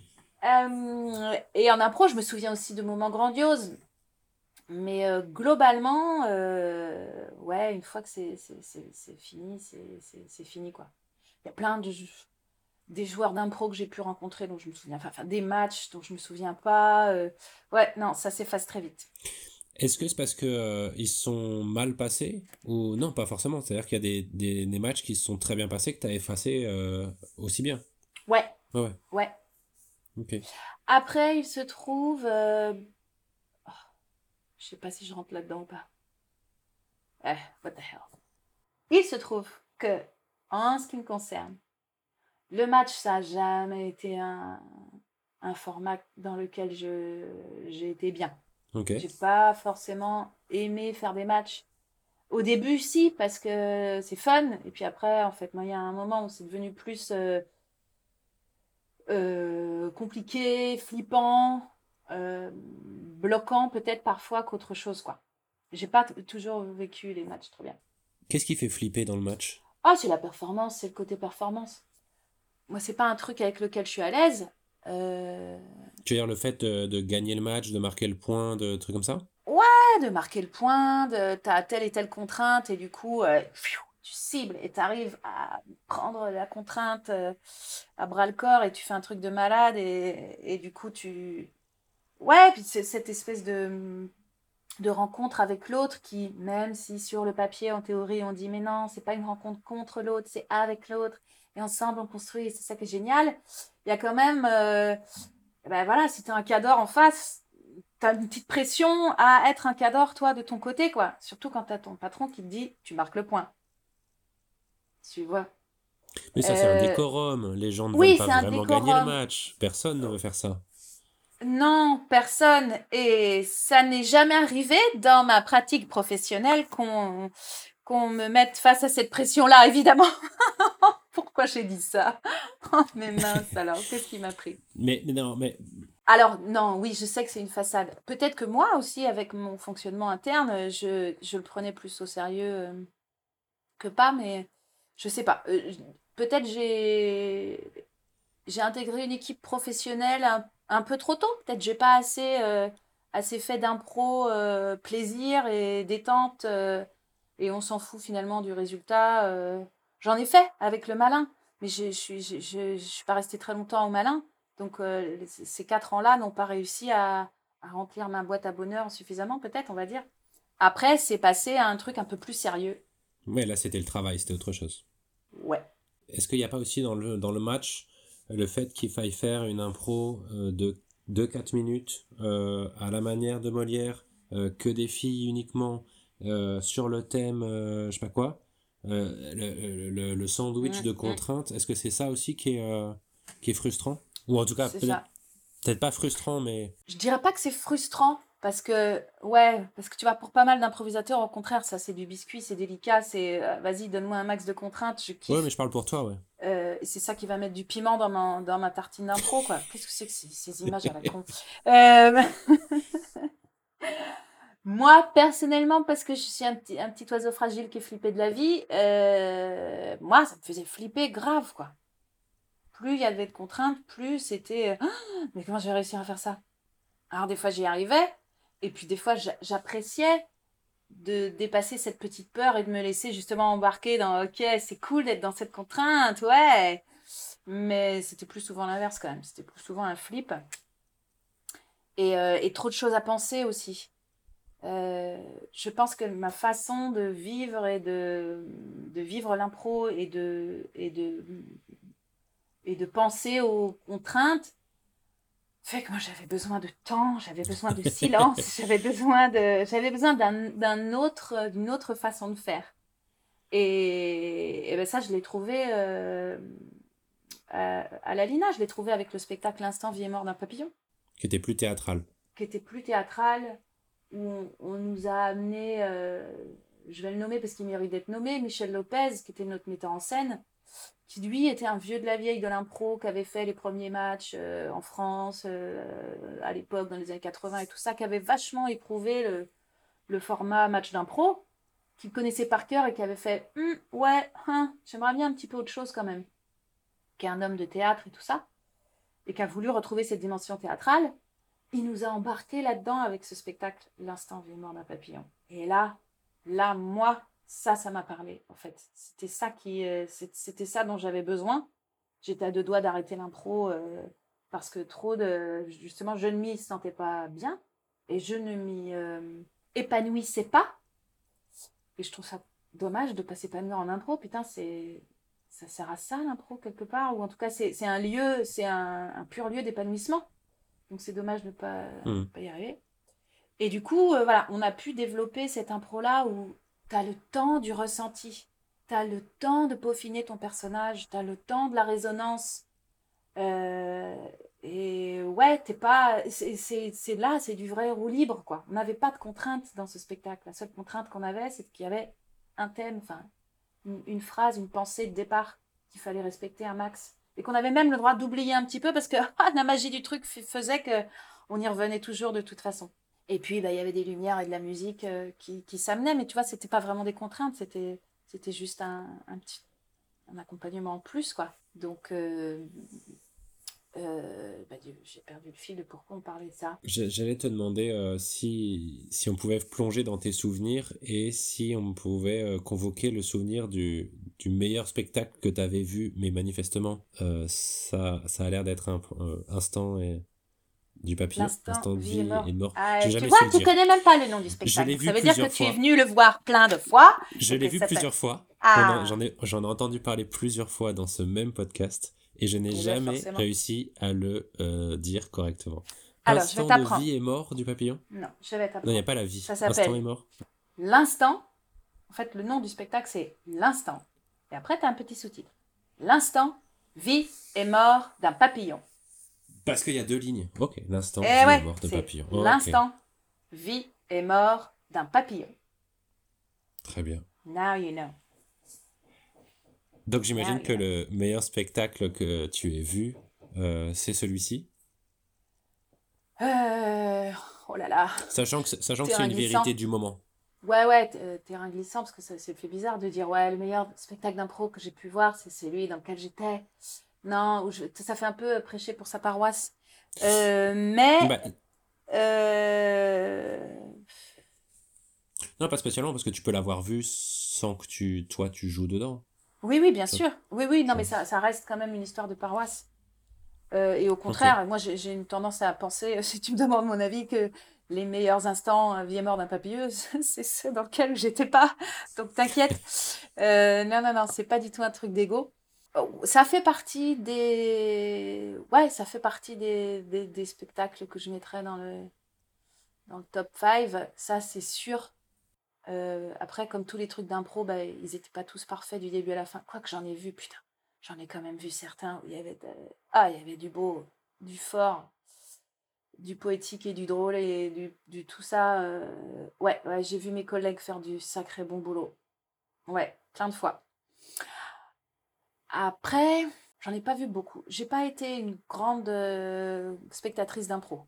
C: Euh, et en impro, je me souviens aussi de moments grandioses. Mais euh, globalement, euh, ouais, une fois que c'est, c'est, c'est, c'est fini, c'est, c'est, c'est fini, quoi. Il y a plein de des joueurs d'impro que j'ai pu rencontrer dont je me souviens, enfin, enfin, des matchs dont je me souviens pas. euh, Ouais, non, ça s'efface très vite.
B: Est-ce que c'est parce que euh, ils se sont mal passés ou non, pas forcément. C'est-à-dire qu'il y a des, des, des matchs qui se sont très bien passés que tu as effacé euh, aussi bien.
C: Ouais,
B: Ouais, ouais.
C: ouais.
B: Ok.
C: Après, il se trouve, euh, oh, je sais pas si je rentre là-dedans ou pas. Eh, what the hell. Il se trouve que, en ce qui me concerne, le match, ça n'a jamais été un, un format dans lequel je, j'ai été bien.
B: Ok.
C: J'ai pas forcément aimé faire des matchs. Au début, si, parce que c'est fun. Et puis après, en fait, moi, il y a un moment où c'est devenu plus euh, euh, compliqué, flippant, euh, bloquant peut-être parfois qu'autre chose, quoi. J'ai pas t- toujours vécu les matchs trop bien.
B: Qu'est-ce qui fait flipper dans le match ?
C: Ah, c'est la performance, c'est le côté performance. Moi, c'est pas un truc avec lequel je suis à l'aise. Euh,
B: Tu veux dire le fait de, de gagner le match, de marquer le point, de trucs comme ça ?
C: de marquer le point, de t'as telle et telle contrainte et du coup euh, tu cibles et t'arrives à prendre la contrainte euh, à bras le corps et tu fais un truc de malade et, et du coup tu ouais puis c'est cette espèce de de rencontre avec l'autre qui même si sur le papier en théorie on dit mais non c'est pas une rencontre contre l'autre c'est avec l'autre et ensemble on construit et c'est ça qui est génial il y a quand même euh, ben voilà si t'as un cador en face t'as une petite pression à être un cador, toi, de ton côté, quoi. Surtout quand t'as ton patron qui te dit, tu marques le point. Tu vois.
B: Mais ça, c'est un
C: Euh,
B: décorum. Les gens ne veulent
C: Oui,
B: pas
C: c'est un
B: vraiment gagner le
C: décorum.
B: match. Personne ne veut faire ça.
C: Non, personne. Et ça n'est jamais arrivé dans ma pratique professionnelle qu'on qu'on me mette face à cette pression-là, évidemment. Pourquoi j'ai dit ça? Oh, mais mince, alors, qu'est-ce qui m'a pris?
B: Mais, mais non, mais
C: Alors, non, oui, je sais que c'est une façade. Peut-être que moi aussi, avec mon fonctionnement interne, je, je le prenais plus au sérieux euh, que pas, mais je sais pas. Euh, j- peut-être j'ai j'ai intégré une équipe professionnelle un, un peu trop tôt. Peut-être j'ai pas assez, euh, assez fait d'impro euh, plaisir et détente euh, et on s'en fout finalement du résultat. euh. J'en ai fait avec le malin, mais je je suis je, je, je suis pas restée très longtemps au malin. Donc euh, les- ces quatre ans-là n'ont pas réussi à, à remplir ma boîte à bonheur suffisamment, peut-être, on va dire. Après, c'est passé à un truc un peu plus sérieux.
B: Ouais, là, c'était le travail, c'était autre chose.
C: Ouais.
B: Est-ce qu'il n'y a pas aussi dans le, dans le match le fait qu'il faille faire une impro euh, de deux quatre minutes euh, à la manière de Molière, euh, que des filles uniquement, euh, sur le thème, euh, je sais pas quoi, euh, le, le, le sandwich
C: Mm,
B: de
C: mm,
B: contraintes, est-ce que c'est ça aussi qui est, euh, qui est frustrant? Ou en tout cas,
C: c'est
B: peut-être
C: ça.
B: peut-être pas frustrant, mais...
C: Je dirais pas que c'est frustrant parce que ouais, parce que tu vois pour pas mal d'improvisateurs au contraire, ça c'est du biscuit, c'est délicat, c'est euh, vas-y, donne-moi un max de contraintes, je
B: Ouais, mais
C: kiffe.
B: je parle pour toi, ouais.
C: Euh, et c'est ça qui va mettre du piment dans ma, dans ma tartine d'impro quoi. Qu'est-ce que c'est que ces, ces images à la con. Euh, moi personnellement parce que je suis un petit un petit oiseau fragile qui est flippé de la vie, euh, moi ça me faisait flipper grave quoi. Plus il y avait de contraintes, plus c'était euh, Ah, mais comment je vais réussir à faire ça? Alors des fois j'y arrivais, et puis des fois j'a- j'appréciais de dépasser cette petite peur et de me laisser justement embarquer dans ok, c'est cool d'être dans cette contrainte, ouais. Mais c'était plus souvent l'inverse quand même, c'était plus souvent un flip. Et, euh, et trop de choses à penser aussi. Euh, je pense que ma façon de vivre et de, de vivre l'impro et de, et, de, et de penser aux contraintes fait que moi j'avais besoin de temps, j'avais besoin de silence, j'avais besoin de, j'avais besoin d'un, d'un autre, d'une autre façon de faire. Et, et ben ça, je l'ai trouvé euh, à, à la Lina, je l'ai trouvé avec le spectacle L'instant vie et mort d'un papillon,
B: Qui était plus théâtral.
C: qui était plus théâtral, où on, on nous a amené, euh, je vais le nommer parce qu'il mérite d'être nommé, Michel Lopez, qui était notre metteur en scène, qui lui était un vieux de la vieille de l'impro, qui avait fait les premiers matchs euh, en France euh, à l'époque, dans les années quatre-vingts et tout ça, qui avait vachement éprouvé le, le format match d'impro, qu'il connaissait par cœur et qui avait fait Hum, ouais, hein, j'aimerais bien un petit peu autre chose quand même, qui est un homme de théâtre et tout ça, et qui a voulu retrouver cette dimension théâtrale. Il nous a embarqués là-dedans avec ce spectacle, L'instant vie mort d'un papillon. Et là, là, moi, ça, ça m'a parlé, en fait. C'était ça qui, euh, c'était ça dont j'avais besoin. J'étais à deux doigts d'arrêter l'impro euh, parce que trop de, justement, je ne m'y sentais pas bien et je ne m'y euh, épanouissais pas. Et je trouve ça dommage de pas s'épanouir en impro. Putain, c'est, ça sert à ça l'impro quelque part, ou en tout cas c'est, c'est un lieu, c'est un, un pur lieu d'épanouissement. Donc c'est dommage de ne pas,
B: Hmm.
C: pas y arriver. Et du coup, euh, voilà, on a pu développer cette impro-là où tu as le temps du ressenti, tu as le temps de peaufiner ton personnage, tu as le temps de la résonance. Euh, et ouais, t'es pas. C'est, c'est, c'est là, c'est du vrai roue libre, quoi. On n'avait pas de contraintes dans ce spectacle. La seule contrainte qu'on avait, c'est qu'il y avait un thème, enfin, une, une phrase, une pensée de départ qu'il fallait respecter un max. Et qu'on avait même le droit d'oublier un petit peu parce que ah, la magie du truc faisait que on y revenait toujours de toute façon. Et puis, bah, il y avait des lumières et de la musique euh, qui, qui s'amenaient, mais tu vois, c'était pas vraiment des contraintes, c'était, c'était juste un, un petit un accompagnement en plus, quoi. Donc, euh, euh, bah, j'ai perdu le fil de pourquoi on parlait de ça.
B: J'ai- J'allais te demander euh, si, si on pouvait plonger dans tes souvenirs et si on pouvait euh, convoquer le souvenir du, du meilleur spectacle que tu avais vu, mais manifestement, euh, ça, ça a l'air d'être un euh, instant et du papillon,
C: L'instant
B: instant de
C: vie et
B: vie et
C: mort.
B: de mort.
C: Ah,
B: J'ai
C: tu
B: jamais
C: vois,
B: su le
C: tu
B: dire.
C: connais même pas le nom du
B: Je
C: spectacle.
B: l'ai
C: Donc, ça
B: vu
C: veut dire que
B: plusieurs
C: tu es
B: fois.
C: venu le voir plein de fois.
B: Je
C: Et
B: l'ai
C: que
B: vu
C: ça t'a...
B: plusieurs fois. Pendant,
C: Ah,
B: j'en ai, j'en ai entendu parler plusieurs fois dans ce même podcast et je n'ai
C: eh ben,
B: jamais
C: forcément.
B: réussi à le euh, dire correctement.
C: Alors, je vais
B: Instant de
C: t'apprendre.
B: vie et mort du papillon?
C: Non, je vais
B: Non, il n'y a
C: t'apprendre.
B: pas la vie.
C: Ça
B: Instant et
C: s'appelle
B: mort.
C: L'instant. En fait, le nom du spectacle, c'est L'instant. Et après, tu as un petit sous-titre. L'instant, vie et mort d'un papillon.
B: Parce qu'il y a deux lignes. Ok, l'instant
C: Eh
B: vie et
C: ouais,
B: mort de
C: c'est
B: papillon. Ok,
C: L'instant, vie et mort d'un papillon.
B: très bien.
C: Now you know.
B: Donc
C: Now
B: j'imagine
C: you
B: que
C: know.
B: le meilleur spectacle que tu aies vu, euh, c'est celui-ci.
C: Euh, Oh là là,
B: Sachant que, c'est- sachant que c'est
C: terrain
B: une
C: glissant.
B: vérité du moment.
C: Ouais, ouais, t- euh, terrain glissant, parce que ça, ça fait bizarre de dire, ouais, le meilleur spectacle d'impro que j'ai pu voir, c'est celui dans lequel j'étais. Non, où je- ça fait un peu prêcher pour sa paroisse. Euh, mais,
B: Bah,
C: euh,
B: non, pas spécialement, parce que tu peux l'avoir vu sans que tu, toi, tu joues dedans.
C: oui, oui, bien
B: Ça,
C: sûr. Oui, oui, non,
B: ça.
C: mais ça, ça reste quand même une histoire de paroisse. Euh, et au
B: Ok.
C: contraire, moi, j'ai j'ai une tendance à penser, si tu me demandes mon avis, que les meilleurs instants euh, vie et mort d'un papilleux, c'est ceux dans lesquels j'étais pas. Donc, t'inquiète. Euh, non, non, non, c'est pas du tout un truc d'ego. Oh, ça fait partie des... Ouais, ça fait partie des, des, des spectacles que je mettrais dans le, dans le top cinq. Ça, c'est sûr. Euh, après, comme tous les trucs d'impro, bah, ils étaient pas tous parfaits du début à la fin. Quoique j'en ai vu, putain. J'en ai quand même vu certains où il y avait... de- Ah, il y avait du beau, du fort, du poétique et du drôle et du, du tout ça. euh, Ouais, ouais, j'ai vu mes collègues faire du sacré bon boulot. Ouais, plein de fois. Après, j'en ai pas vu beaucoup. J'ai pas été une grande euh, spectatrice d'impro.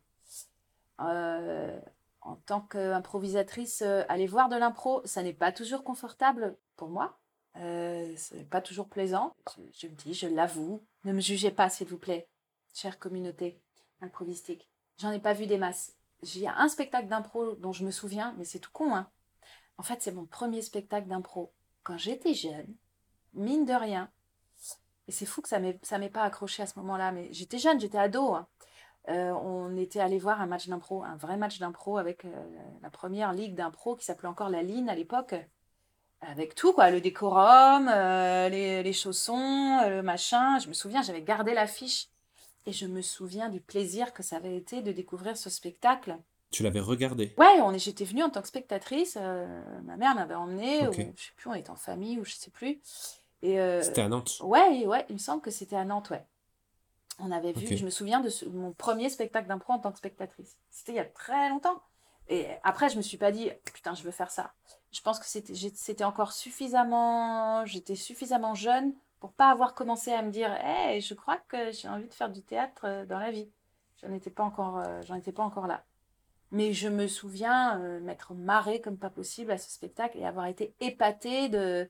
C: Euh, En tant qu'improvisatrice, euh, aller voir de l'impro, ça n'est pas toujours confortable pour moi. Euh, c'est pas toujours plaisant. Je, je me dis, je l'avoue. Ne me jugez pas, s'il vous plaît, chère communauté improvistique. J'en ai pas vu des masses. J'ai un spectacle d'impro dont je me souviens, mais c'est tout con, hein. En fait, c'est mon premier spectacle d'impro. Quand j'étais jeune, mine de rien, et c'est fou que ça m'ait, ça m'ait pas accroché à ce moment-là, mais j'étais jeune, j'étais ado, hein. Euh, on était allé voir un match d'impro, un vrai match d'impro avec euh, la première ligue d'impro qui s'appelait encore la Line à l'époque, avec tout, quoi, le décorum, euh, les, les chaussons, euh, le machin. Je me souviens, j'avais gardé l'affiche et je me souviens du plaisir que ça avait été de découvrir ce spectacle.
B: Tu l'avais regardé.
C: Ouais, on est, j'étais venue en tant que spectatrice. Euh, ma mère m'avait emmenée,
B: Ok.
C: ou je sais plus, on était en famille, ou je sais plus. Et euh,
B: C'était à Nantes.
C: ouais, ouais, il me semble que c'était à Nantes, ouais. On avait
B: Ok.
C: vu, je me souviens de ce- mon premier spectacle d'impro en tant que spectatrice. C'était il y a très longtemps. Et après, je me suis pas dit, putain, je veux faire ça. Je pense que c'était, j'ai- c'était encore suffisamment, j'étais suffisamment jeune pour pas avoir commencé à me dire, hey, je crois que j'ai envie de faire du théâtre euh, dans la vie. J'en étais pas encore, euh, j'en étais pas encore là. Mais je me souviens euh, m'être marrée comme pas possible à ce spectacle et avoir été épatée de,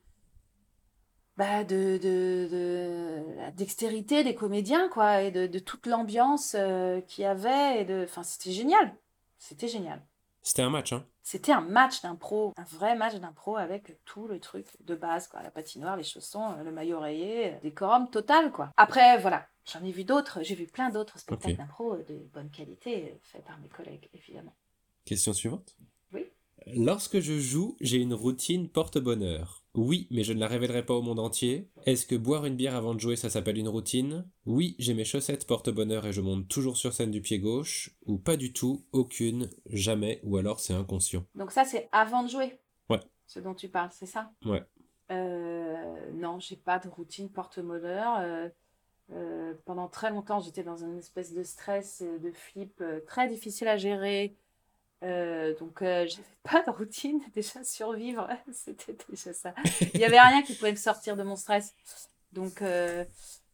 C: bah, de, de, de la dextérité des comédiens, quoi, et de, de toute l'ambiance euh, qu'il y avait. Et de... Enfin, c'était génial. C'était génial.
B: C'était un match, hein.
C: C'était un match d'impro, un vrai match d'impro avec tout le truc de base, quoi. La patinoire, les chaussons, euh, le maillot rayé, euh, décorum total, quoi. Après, voilà, j'en ai vu d'autres. J'ai vu plein d'autres
B: Ok.
C: spectacles d'impro euh, de bonne qualité, euh, faits par mes collègues, évidemment.
B: Question suivante.
C: Oui.
B: Lorsque je joue, j'ai une routine porte-bonheur. Oui, mais je ne la révélerai pas au monde entier. Est-ce que boire une bière avant de jouer, ça s'appelle une routine? Oui, j'ai mes chaussettes porte-bonheur et je monte toujours sur scène du pied gauche. Ou pas du tout, aucune, jamais, ou alors c'est inconscient.
C: Donc ça, c'est avant de jouer,
B: Ouais,
C: ce dont tu parles, c'est ça?
B: ouais.
C: Euh, non, j'ai pas de routine porte-bonheur. Euh, euh, pendant très longtemps, j'étais dans une espèce de stress, euh, de flip euh, très difficile à gérer. Euh, donc, euh, j'avais pas de routine. Déjà, survivre, c'était déjà ça. Il y avait rien qui pouvait me sortir de mon stress. Donc, euh,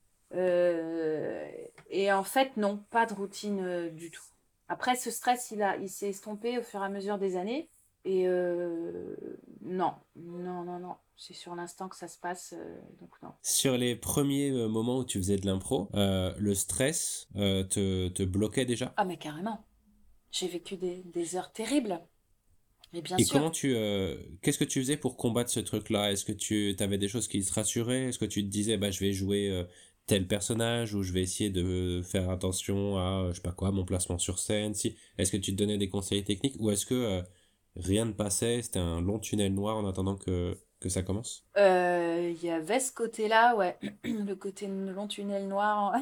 C: euh, et en fait, non, pas de routine euh, du tout. Après, ce stress, il a, il s'est estompé au fur et à mesure des années. Et euh, non, non, non, non. C'est sur l'instant que ça se passe, euh, donc non.
B: Sur les premiers euh, moments où tu faisais de l'impro, euh, le stress euh, te, te bloquait déjà?
C: Ah, mais carrément. J'ai vécu des, des heures terribles. Mais bien
B: Et
C: sûr.
B: comment tu... euh, qu'est-ce que tu faisais pour combattre ce truc-là? Est-ce que tu avais des choses qui te rassuraient? Est-ce que tu te disais, bah, je vais jouer euh, tel personnage ou je vais essayer de faire attention à, euh, je sais pas quoi, mon placement sur scène? Si... Est-ce que tu te donnais des conseils techniques ou est-ce que euh, rien ne passait? C'était un long tunnel noir en attendant que, que ça commence?
C: Euh, Il y avait ce côté-là, ouais. Le côté long tunnel noir.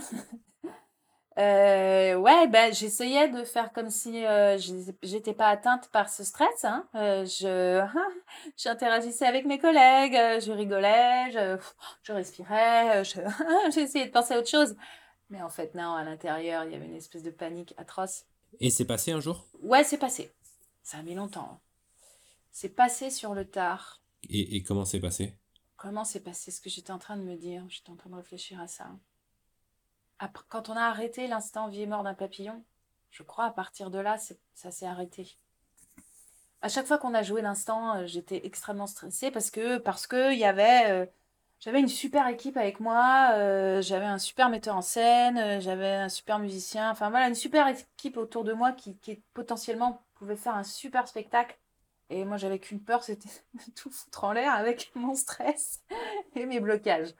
C: Euh, ouais, ben, j'essayais de faire comme si euh, je- j'étais pas atteinte par ce stress, hein. Euh, je, j'interagissais avec mes collègues, euh, je rigolais, je, je respirais, euh, je, j'essayais de penser à autre chose. Mais en fait, non, à l'intérieur, il y avait une espèce de panique atroce.
B: Et c'est passé un jour?
C: Ouais, c'est passé. Ça a mis longtemps, hein. C'est passé sur le tard.
B: Et, et comment c'est passé?
C: Comment c'est passé ce que j'étais en train de me dire? J'étais en train de réfléchir à ça. Après, quand on a arrêté l'instant vie et mort d'un papillon, je crois à partir de là, c'est, ça s'est arrêté. À chaque fois qu'on a joué l'instant, euh, j'étais extrêmement stressée parce que parce que il y avait, euh, j'avais une super équipe avec moi, euh, j'avais un super metteur en scène, euh, j'avais un super musicien, enfin voilà, une super équipe autour de moi qui, qui potentiellement pouvait faire un super spectacle. Et moi, j'avais qu'une peur, c'était de tout foutre en l'air avec mon stress et mes blocages.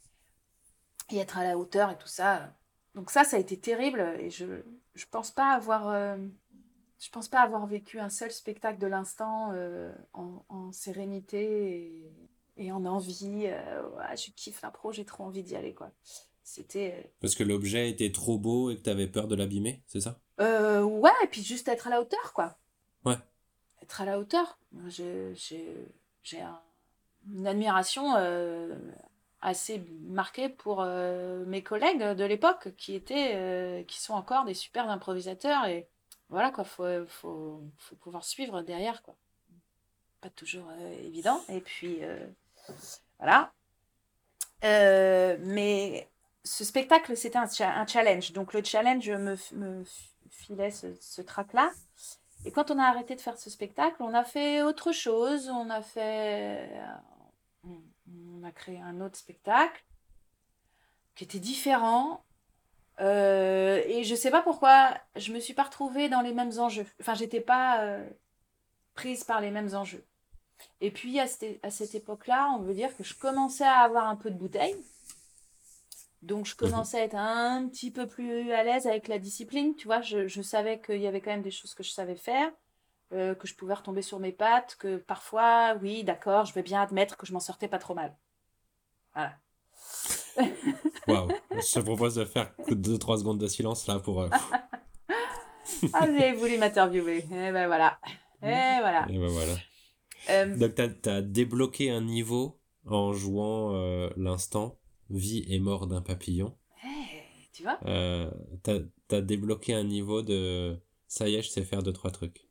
C: Et être à la hauteur et tout ça. Donc ça, ça a été terrible et je je pense pas avoir euh, je pense pas avoir vécu un seul spectacle de l'instant euh, en, en sérénité et, et en envie. Euh, ouais, je kiffe l'impro, j'ai trop envie d'y aller, quoi. C'était...
B: Parce que l'objet était trop beau et que t'avais peur de l'abîmer, c'est ça?
C: Euh, ouais, et puis juste être à la hauteur, quoi.
B: Ouais.
C: Être à la hauteur. J'ai, j'ai, j'ai un- une admiration euh, assez marquée pour euh, mes collègues de l'époque qui étaient, euh, qui sont encore des super improvisateurs et voilà quoi, faut, faut, faut pouvoir suivre derrière quoi. Pas toujours euh, évident. Et puis euh, voilà. Euh, mais ce spectacle, c'était un, cha- un challenge. Donc le challenge me, f- me f- filait ce, ce trac-là. Et quand on a arrêté de faire ce spectacle, on a fait autre chose. On a fait, on, on a créé un autre spectacle qui était différent. Euh, et je sais pas pourquoi, je me suis pas retrouvée dans les mêmes enjeux. Enfin, j'étais pas euh, prise par les mêmes enjeux. Et puis à cette, à cette époque-là, on veut dire que je commençais à avoir un peu de bouteille. Donc je
B: Mhm.
C: commençais à être un petit peu plus à l'aise avec la discipline. Tu vois, je, je savais qu'il y avait quand même des choses que je savais faire, euh, que je pouvais retomber sur mes pattes, que parfois, oui, d'accord, je vais bien admettre que je m'en sortais pas trop mal. Voilà.
B: Waouh. Je te propose de faire deux trois secondes de silence là pour... euh,
C: Ah, vous avez voulu m'interviewer. Et ben voilà. Et voilà.
B: Et ben voilà.
C: Euh,
B: Donc t'as, t'as débloqué un niveau en jouant euh, l'instant vie et mort d'un papillon.
C: hey, tu vois?
B: Euh, t'as, t'as débloqué un niveau de ça y est, je sais faire deux trois trucs.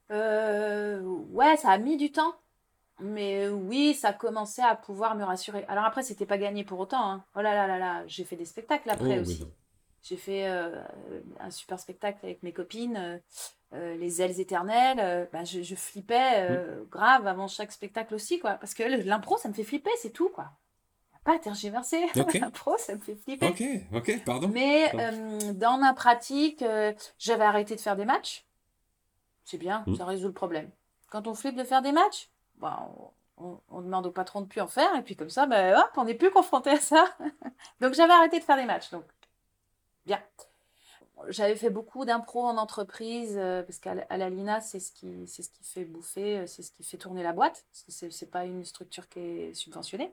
C: Euh, ouais, ça a mis du temps. Mais oui, ça commençait à pouvoir me rassurer. Alors après, c'était pas gagné pour autant, hein. Oh là là là là, j'ai fait des spectacles après
B: Oh oui.
C: aussi. J'ai fait euh, un super spectacle avec mes copines, euh, euh, Les Ailes Éternelles. Euh, bah, je, je flippais
B: Hmm.
C: euh, grave avant chaque spectacle aussi, quoi. Parce que le- l'impro, ça me fait flipper, c'est tout, quoi. Y a pas à tergiverser.
B: Ok,
C: L'impro, ça me fait flipper.
B: ok, ok, pardon.
C: Mais
B: Pardon.
C: euh, dans ma pratique, euh, j'avais arrêté de faire des matchs. C'est bien,
B: Hmm.
C: ça résout le problème. Quand on flippe de faire des matchs, bah, on, on- on demande au patron de plus en faire, et puis comme ça, bah, hop, on n'est plus confronté à ça. Donc j'avais arrêté de faire des matchs, donc bien. J'avais fait beaucoup d'impro en entreprise, euh, parce qu'à la à la Lina, c'est ce qui, c'est ce qui fait bouffer, euh, c'est ce qui fait tourner la boîte, parce que c'est c'est pas une structure qui est subventionnée.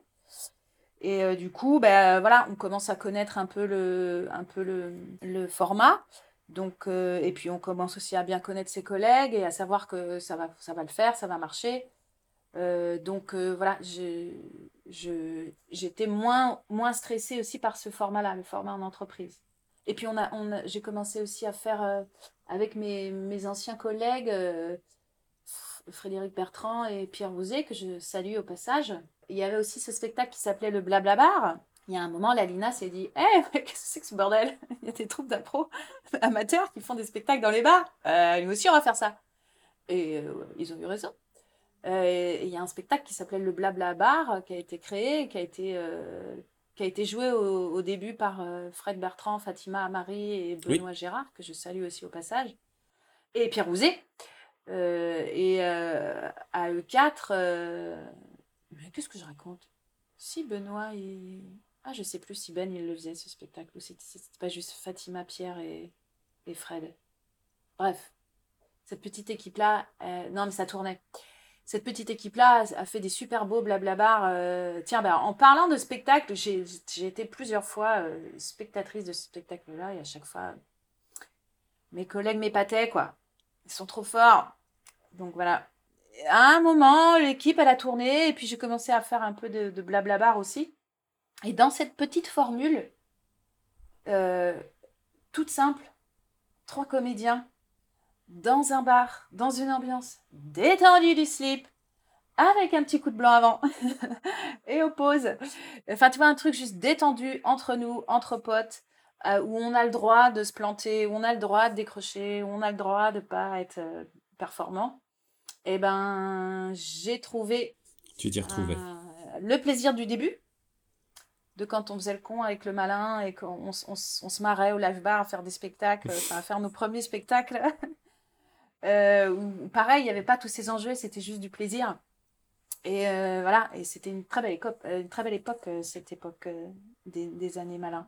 C: Et euh, du coup, ben voilà, on commence à connaître un peu le, un peu le, le format. Donc, euh, et puis on commence aussi à bien connaître ses collègues et à savoir que ça va, ça va le faire, ça va marcher. Euh, donc euh, voilà, je, je, j'étais moins, moins stressée aussi par ce format-là, le format en entreprise. Et puis on a, on a- j'ai commencé aussi à faire euh, avec mes, mes anciens collègues, euh, Frédéric Bertrand et Pierre Rouzet, que je salue au passage. Il y avait aussi ce spectacle qui s'appelait le Blabla Bar. Il y a un moment, la Lina s'est dit: Hé, qu'est-ce que c'est que ce bordel? Il y a des troupes d'impro amateurs qui font des spectacles dans les bars. Euh, nous aussi, on va faire ça. Et euh, ils ont eu raison. Euh, et il y a un spectacle qui s'appelait le Blabla Bar qui a été créé, qui a été, euh, qui a été joué au, au début par euh, Fred Bertrand, Fatima Amari et
B: Oui.
C: Benoît Gérard, que je salue aussi au passage, et Pierre Rouzet. Euh, et euh, à eux quatre, euh, mais qu'est-ce que je raconte? Si Benoît, il... Ah, je sais plus si Ben, il le faisait, ce spectacle, ou si c'était pas juste Fatima, Pierre et, et Fred. Bref, cette petite équipe-là, euh, non mais ça tournait. Cette petite équipe-là a fait des super beaux blablabar. Euh, tiens, ben, en parlant de spectacle, j'ai j'ai été plusieurs fois euh, spectatrice de ce spectacle-là, et à chaque fois, mes collègues m'épataient, quoi. Ils sont trop forts. Donc voilà. À un moment, l'équipe, elle a tourné, et puis j'ai commencé à faire un peu de, de blablabar aussi. Et dans cette petite formule, euh, toute simple, trois comédiens, dans un bar, dans une ambiance détendue du slip, avec un petit coup de blanc avant, et aux pauses. Enfin, tu vois, un truc juste détendu, entre nous, entre potes, euh, où on a le droit de se planter, où on a le droit de décrocher, où on a le droit de pas être euh, performant, et ben j'ai trouvé
B: Tu t'y retrouvais.
C: euh, le plaisir du début, de quand on faisait le con avec le malin et qu'on on, s- on s- on se marrait au live bar à faire des spectacles, enfin à faire nos premiers spectacles. Euh, où, pareil, il n'y avait pas tous ces enjeux, c'était juste du plaisir. Et euh, voilà, et c'était une très belle époque, euh, une très belle époque euh, cette époque euh, des, des années malins.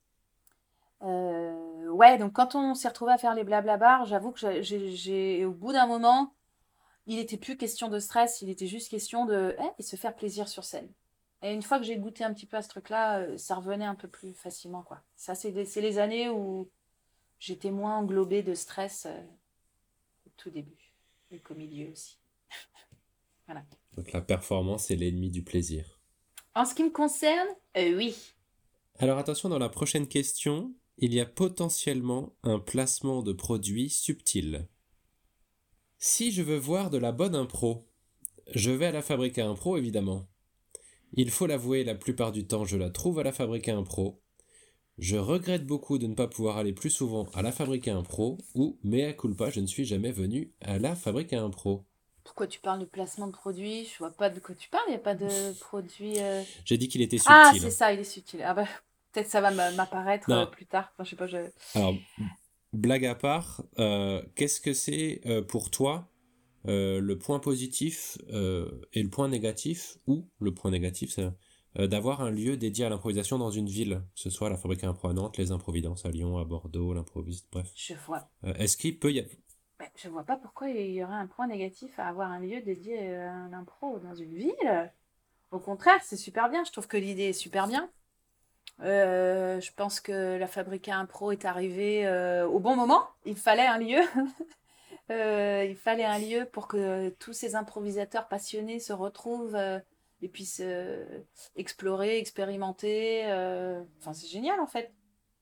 C: Euh, ouais, donc quand on s'est retrouvé à faire les blabla bars, j'avoue que j'ai, j'ai, j'ai- au bout d'un moment, il n'était plus question de stress, il était juste question de eh, et se faire plaisir sur scène. Et une fois que j'ai goûté un petit peu à ce truc-là, euh, ça revenait un peu plus facilement, quoi. Ça, c'est, des- c'est les années où j'étais moins englobée de stress euh, au tout début, et qu'au milieu aussi. Voilà.
B: Donc la performance est l'ennemi du plaisir.
C: En ce qui me concerne, euh, oui.
B: Alors attention, dans la prochaine question, il y a potentiellement un placement de produit subtil. Si je veux voir de la bonne impro, je vais à la Fabrique à Impro évidemment. Il faut l'avouer, la plupart du temps je la trouve à la Fabrique à Impro. Je regrette beaucoup de ne pas pouvoir aller plus souvent à la Fabrique à Impro, ou, mea culpa, je ne suis jamais venu à la Fabrique à Impro.
C: Pourquoi tu parles de placement de produit? Je vois pas de quoi tu parles, il n'y a pas de produit. euh,
B: J'ai dit qu'il était
C: Ah,
B: subtil.
C: c'est
B: Hein.
C: ça, il est subtil. Ah bah, peut-être ça va m'a- m'apparaître euh,
B: Non,
C: plus tard. Enfin, je sais pas, je...
B: alors, blague à part, euh, qu'est-ce que c'est euh, pour toi euh, le point positif euh, et le point négatif, ou le point négatif, c'est euh, d'avoir un lieu dédié à l'improvisation dans une ville, que ce soit la Fabrique à Impro à Nantes, les Improvidences à Lyon, à Bordeaux, l'improviste, bref.
C: Je vois.
B: Euh, est-ce qu'il peut y avoir...
C: Mais je vois pas pourquoi il y aurait un point négatif à avoir un lieu dédié euh, à l'impro dans une ville. Au contraire, c'est super bien. Je trouve que l'idée est super bien. Euh, je pense que la Fabrique à Impro est arrivée euh, au bon moment. Il fallait un lieu. Euh, il fallait un lieu pour que tous ces improvisateurs passionnés se retrouvent euh, et puissent euh, explorer, expérimenter. euh. Enfin, c'est génial en fait.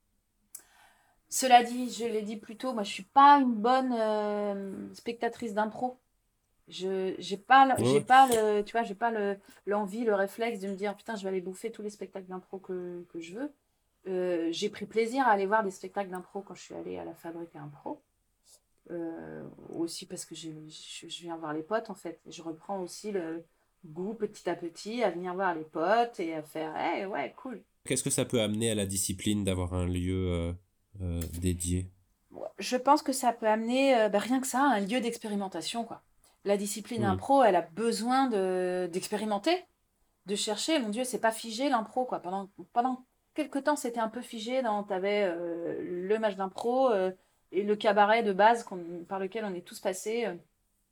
C: Cela dit, je l'ai dit plus tôt, moi je suis pas une bonne euh, spectatrice d'impro. Je j'ai pas le-
B: Ouais,
C: j'ai
B: ouais.
C: pas le tu vois, j'ai pas le l'envie, le réflexe de me dire putain, je vais aller bouffer tous les spectacles d'impro que, que je veux. Euh, j'ai pris plaisir à aller voir des spectacles d'impro quand je suis allée à la Fabrique à Impro. Euh, aussi parce que j'ai- je, je viens voir les potes en fait. Je reprends aussi le goût petit à petit à venir voir les potes et à faire hey, ouais, cool.
B: Qu'est-ce que ça peut amener à la discipline d'avoir un lieu euh, euh, dédié?
C: Ouais, je pense que ça peut amener euh, bah, rien que ça, un lieu d'expérimentation quoi. La discipline
B: Hmm.
C: impro, elle a besoin de d'expérimenter, de chercher. Mon Dieu, c'est pas figé l'impro quoi. Pendant pendant quelques temps, c'était un peu figé. Dans t'avais euh, le match d'impro euh, et le cabaret de base qu'on- par lequel on est tous passés. euh,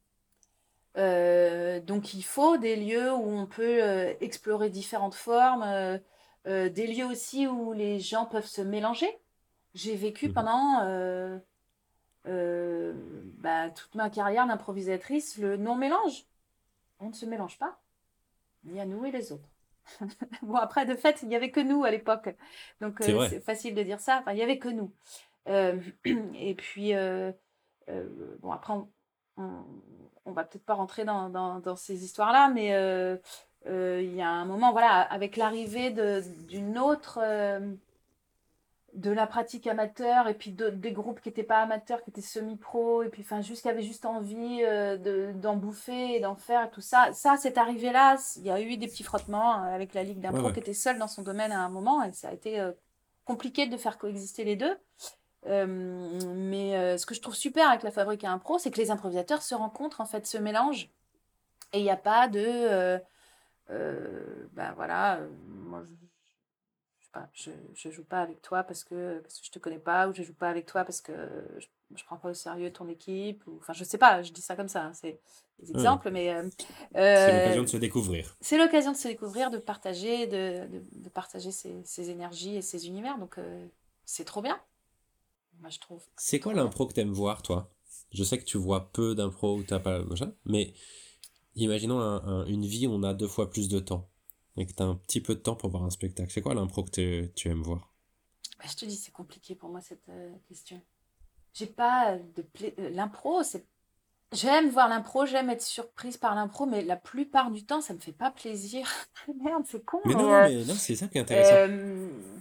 C: Euh, donc il faut des lieux où on peut euh, explorer différentes formes, euh, euh, des lieux aussi où les gens peuvent se mélanger. J'ai vécu
B: Mhm.
C: pendant euh, euh, bah, toute ma carrière d'improvisatrice le non-mélange. On ne se mélange pas. Il y a nous et les autres. Bon, après, de fait, il n'y avait que nous à l'époque. Donc
B: C'est
C: euh,
B: vrai.
C: c'est facile de dire ça. Enfin, il n'y avait que nous. Euh, et puis, euh, euh, bon, après, on, on, on va peut-être pas rentrer dans, dans, dans ces histoires-là, mais euh, euh, il y a un moment, voilà, avec l'arrivée de, d'une autre, euh, de la pratique amateur, et puis de- des groupes qui n'étaient pas amateurs, qui étaient semi-pro, et puis enfin, juste qui avaient juste envie euh, de, d'en bouffer et d'en faire, et tout ça. Ça, c'est arrivé-là. Il y a eu des petits frottements euh, avec la Ligue
B: Ouais,
C: d'impro
B: ouais.
C: qui était seule dans son domaine à un moment, et ça a été euh, compliqué de faire coexister les deux. Euh, mais euh, ce que je trouve super avec la Fabrique à Impro, c'est que les improvisateurs se rencontrent, en fait, se mélangent. Et il n'y a pas de. Euh, euh, ben voilà, euh, moi je, je, sais pas, je, je joue pas avec toi parce que, parce que je te connais pas, ou je joue pas avec toi parce que je, je prends pas au sérieux ton équipe. Ou, enfin, je sais pas, je dis ça comme ça, hein, c'est des
B: Ouais.
C: exemples, mais euh,
B: C'est l'occasion
C: euh,
B: de se découvrir.
C: c'est l'occasion de se découvrir, de partager, de, de, de partager ses, ses énergies et ses univers. Donc euh, c'est trop bien, moi je trouve.
B: C'est quoi
C: Trop bien.
B: l'impro que t'aimes voir, toi? Je sais que tu vois peu d'impro ou t'as pas machin, mais imaginons un- un- une vie où on a deux fois plus de temps et que t'as un petit peu de temps pour voir un spectacle. C'est quoi l'impro que t'es- tu aimes voir?
C: Bah, je te dis, c'est compliqué pour moi cette euh, question. J'ai pas euh, de pla- euh, l'impro, c'est j'aime voir l'impro, j'aime être surprise par l'impro, mais la plupart du temps, ça me fait pas plaisir. Merde, c'est con,
B: Mais
C: mais
B: non, non,
C: euh,
B: mais non, c'est ça qui est intéressant.
C: euh,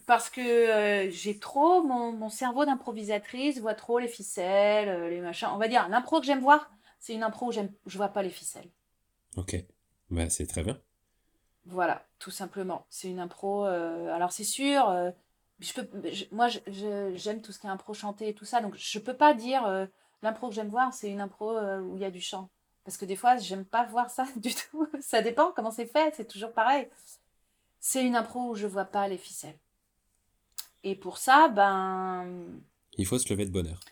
C: parce que euh, j'ai trop, mon, mon cerveau d'improvisatrice voit trop les ficelles, euh, les machins. On va dire, l'impro que j'aime voir, c'est une impro où j'aime, je vois pas les ficelles.
B: Ok, bah c'est très bien.
C: Voilà, tout simplement. C'est une impro. euh, alors c'est sûr, euh, je peux, je- moi je- je- j'aime tout ce qui est impro chanté et tout ça, donc je peux pas dire euh, l'impro que j'aime voir, c'est une impro euh, où il y a du chant. Parce que des fois, j'aime pas voir ça du tout. Ça dépend comment c'est fait, c'est toujours pareil. C'est une impro où je vois pas les ficelles. Et pour ça, ben.
B: Il faut se lever de bonne heure.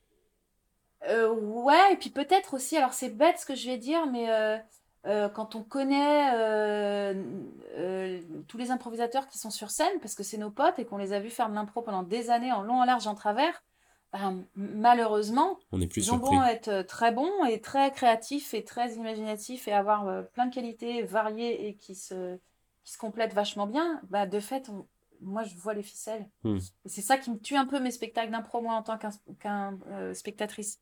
C: Euh, ouais, et puis peut-être aussi, alors c'est bête ce que je vais dire, mais euh, euh, quand on connaît euh, euh, tous les improvisateurs qui sont sur scène, parce que c'est nos potes et qu'on les a vus faire de l'impro pendant des années en long, en large, en travers, ben, malheureusement,
B: On est plus
C: ils ont
B: surpris.
C: beau être euh, très bons et très créatifs et très imaginatifs et avoir euh, plein de qualités variées et qui se, qui se complètent vachement bien, bah, de fait, on- moi je vois les ficelles.
B: Hmm.
C: Et c'est ça qui me tue un peu mes spectacles d'impro, moi, en tant qu'un, qu'un, euh, spectatrice.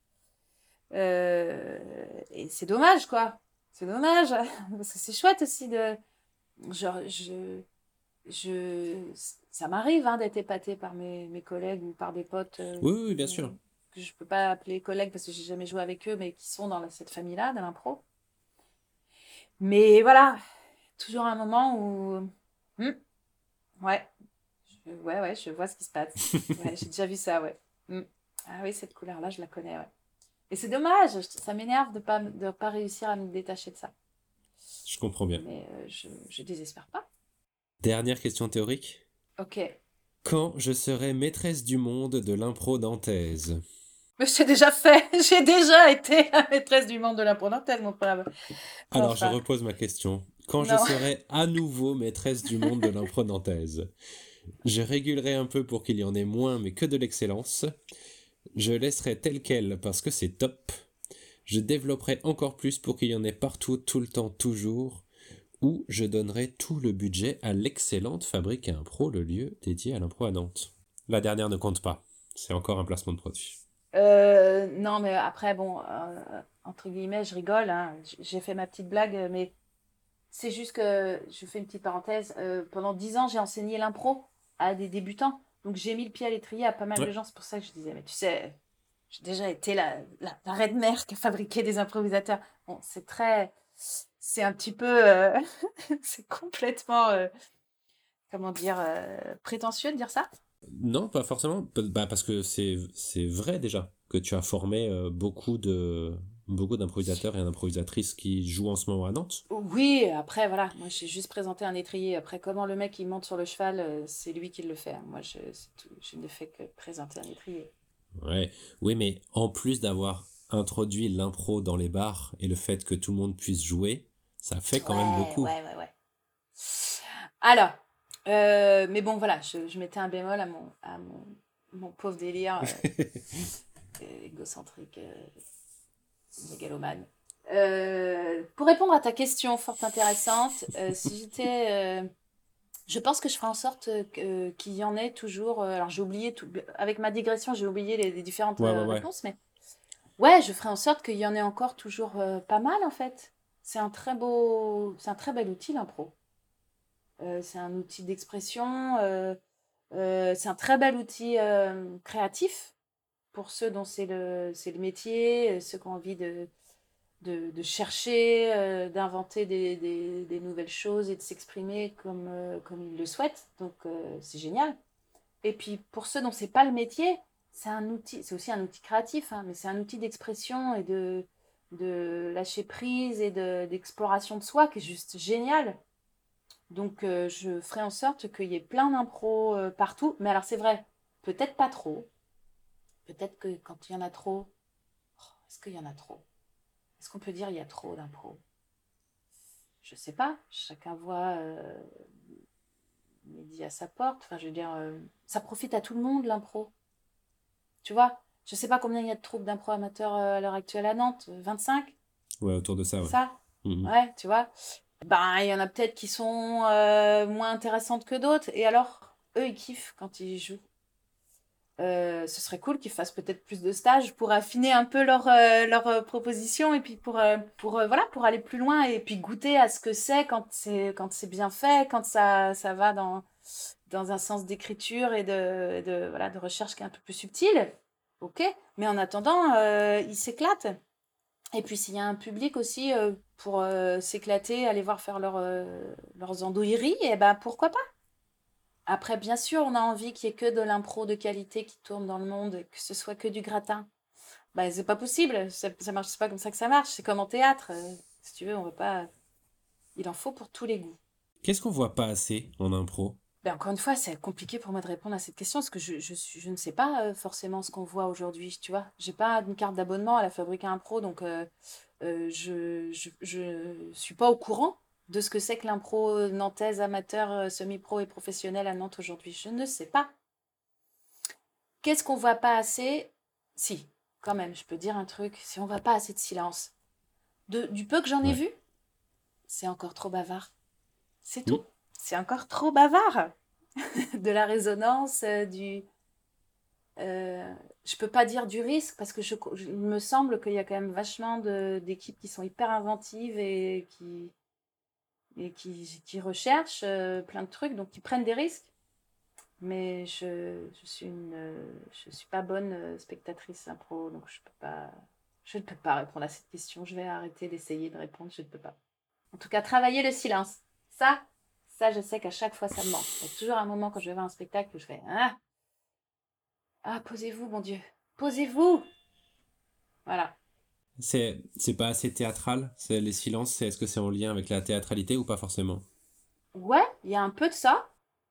C: Euh, et c'est dommage, quoi. C'est dommage. Parce que c'est chouette aussi de. Genre, je. je ça m'arrive hein, d'être épatée par mes, mes collègues ou par des potes euh,
B: Oui, oui, oui, bien
C: euh,
B: sûr.
C: que je peux pas appeler collègues parce que j'ai jamais joué avec eux, mais qui sont dans la- cette famille-là, de l'impro. Mais voilà, toujours un moment où. Hmm, ouais, je, ouais, ouais, je vois ce qui se passe. Ouais, j'ai déjà vu ça, ouais. Hmm. Ah oui, cette couleur-là, je la connais, ouais. Et c'est dommage, je- ça m'énerve de pas, de pas réussir à me détacher de ça.
B: Je comprends bien.
C: Mais euh, je, je désespère pas.
B: Dernière question théorique.
C: Ok.
B: Quand je serai maîtresse du monde de l'impro nantaise?
C: Mais j'ai déjà fait, j'ai déjà été la maîtresse du monde de la pronontaise, mon brave.
B: Alors je
C: Enfin,
B: repose ma question. Quand je
C: non.
B: serai à nouveau maîtresse du monde de l'impro nantaise, je régulerai un peu pour qu'il y en ait moins mais que de l'excellence. Je laisserai tel quel parce que c'est top. Je développerai encore plus pour qu'il y en ait partout, tout le temps, toujours. Ou je donnerai tout le budget à l'excellente Fabrique à Impro, le lieu dédié à l'impro à Nantes. La dernière ne compte pas. C'est encore un placement de produit.
C: Euh, non, mais après, bon, euh, entre guillemets, je rigole. Hein. J- J'ai fait ma petite blague, euh, mais c'est juste que, je fais une petite parenthèse, euh, pendant dix ans, j'ai enseigné l'impro à des débutants. Donc j'ai mis le pied à l'étrier à pas mal de
B: Ouais.
C: gens. C'est pour ça que je disais, mais tu sais, j'ai déjà été la, la, la reine mère qui a fabriqué des improvisateurs. Bon, c'est très. C'est un petit peu. euh, c'est complètement. euh, comment dire. euh, prétentieux de dire ça.
B: Non, pas forcément. P- Bah, parce que c'est, c'est vrai déjà que tu as formé euh, beaucoup de beaucoup d'improvisateurs et d'improvisatrices qui jouent en ce moment à Nantes.
C: Oui, après, voilà. Moi, j'ai juste présenté un étrier. Après, comment le mec il monte sur le cheval, euh, c'est lui qui le fait. Moi, je, c'est tout. Je ne fais que présenter un étrier.
B: Ouais. Oui, mais en plus d'avoir introduit l'impro dans les bars et le fait que tout le monde puisse jouer, ça fait quand même
C: Ouais,
B: beaucoup.
C: ouais, ouais, ouais. Alors, euh, mais bon, voilà, je, je mettais un bémol à mon, à mon, mon pauvre délire euh, égocentrique, euh, mégalomane. Euh, pour répondre à ta question fort intéressante, euh, si j'étais, euh, je pense que je ferais en sorte que- qu'il y en ait toujours. euh, alors j'ai oublié tout, avec ma digression, j'ai oublié les, les différentes
B: Ouais, ouais,
C: euh,
B: ouais.
C: réponses, mais ouais, je ferais en sorte qu'il y en ait encore toujours euh, pas mal en fait. C'est un très beau, c'est un très bel outil l'impro. Euh, c'est un outil d'expression, euh, euh, c'est un très bel outil euh, créatif pour ceux dont c'est le, c'est le métier, euh, ceux qui ont envie de, de, de chercher, euh, d'inventer des, des, des nouvelles choses et de s'exprimer comme, euh, comme ils le souhaitent. Donc euh, c'est génial. Et puis pour ceux dont c'est pas le métier, c'est un outil, c'est aussi un outil créatif, hein, mais c'est un outil d'expression et de, de lâcher prise et de, d'exploration de soi qui est juste génial. Donc, euh, je ferai en sorte qu'il y ait plein d'impros euh, partout. Mais alors, c'est vrai, peut-être pas trop. Peut-être que quand il y en a trop, oh, est-ce qu'il y en a trop? Est-ce qu'on peut dire il y a trop d'impros? Je sais pas. Chacun voit euh, midi à sa porte. Enfin, je veux dire, euh, ça profite à tout le monde, l'impro. Tu vois? Je sais pas combien il y a de troupes d'impro amateurs euh, à l'heure actuelle à Nantes. vingt-cinq?
B: Ouais, autour de ça,
C: C'est
B: ouais.
C: ça?
B: Mhm.
C: Ouais, tu vois? Ben, il y en a peut-être qui sont euh, moins intéressantes que d'autres. Et alors, eux, ils kiffent quand ils jouent. Euh, ce serait cool qu'ils fassent peut-être plus de stages pour affiner un peu leur, euh, leur euh, proposition et puis pour, euh, pour, euh, voilà, pour aller plus loin et puis goûter à ce que c'est quand c'est, quand c'est bien fait, quand ça, ça va dans, dans un sens d'écriture et de, de, voilà, de recherche qui est un peu plus subtil. Ok, mais en attendant, euh, ils s'éclatent. Et puis s'il y a un public aussi euh, pour euh, s'éclater, aller voir faire leur, euh, leurs andouilleries, et ben pourquoi pas? Après, bien sûr, on a envie qu'il y ait que de l'impro de qualité qui tourne dans le monde, et que ce soit que du gratin. Bah, c'est pas possible, ça, ça marche, c'est pas comme ça que ça marche, c'est comme en théâtre. euh, si tu veux, on va pas. Il en faut pour tous les goûts.
B: Qu'est-ce qu'on voit pas assez en impro?
C: Ben, encore une fois, c'est compliqué pour moi de répondre à cette question parce que je, je, suis- je ne sais pas euh, forcément ce qu'on voit aujourd'hui, tu vois. J'ai pas une carte d'abonnement à la Fabrique à Impro, donc euh, euh, je, je, je suis pas au courant de ce que c'est que l'impro nantaise amateur, euh, semi-pro et professionnelle à Nantes aujourd'hui. Je ne sais pas. Qu'est-ce qu'on voit pas assez? Si, quand même, je peux dire un truc. Si on voit pas assez de silence. De, du peu que j'en ai
B: Ouais.
C: vu, c'est encore trop bavard. C'est
B: Hmm.
C: tout. C'est encore trop bavard. De la résonance, euh, du... euh, je peux pas dire du risque parce que je, je- il me semble qu'il y a quand même vachement de- d'équipes qui sont hyper inventives et qui, et qui, qui recherchent euh, plein de trucs, donc qui prennent des risques. Mais je, je suis une, euh, je suis pas bonne euh, spectatrice impro, donc je peux pas, je ne peux pas répondre à cette question. Je vais arrêter d'essayer de répondre, je ne peux pas. En tout cas, travailler le silence. Ça, ça, je sais qu'à chaque fois, ça me manque. Il y a toujours un moment quand je vais voir un spectacle où je fais ah, ah, posez-vous, mon Dieu, posez-vous. Voilà.
B: C'est, c'est pas assez théâtral? C'est les silences, c'est, est-ce que c'est en lien avec la théâtralité ou pas forcément?
C: Ouais, il y a un peu de ça,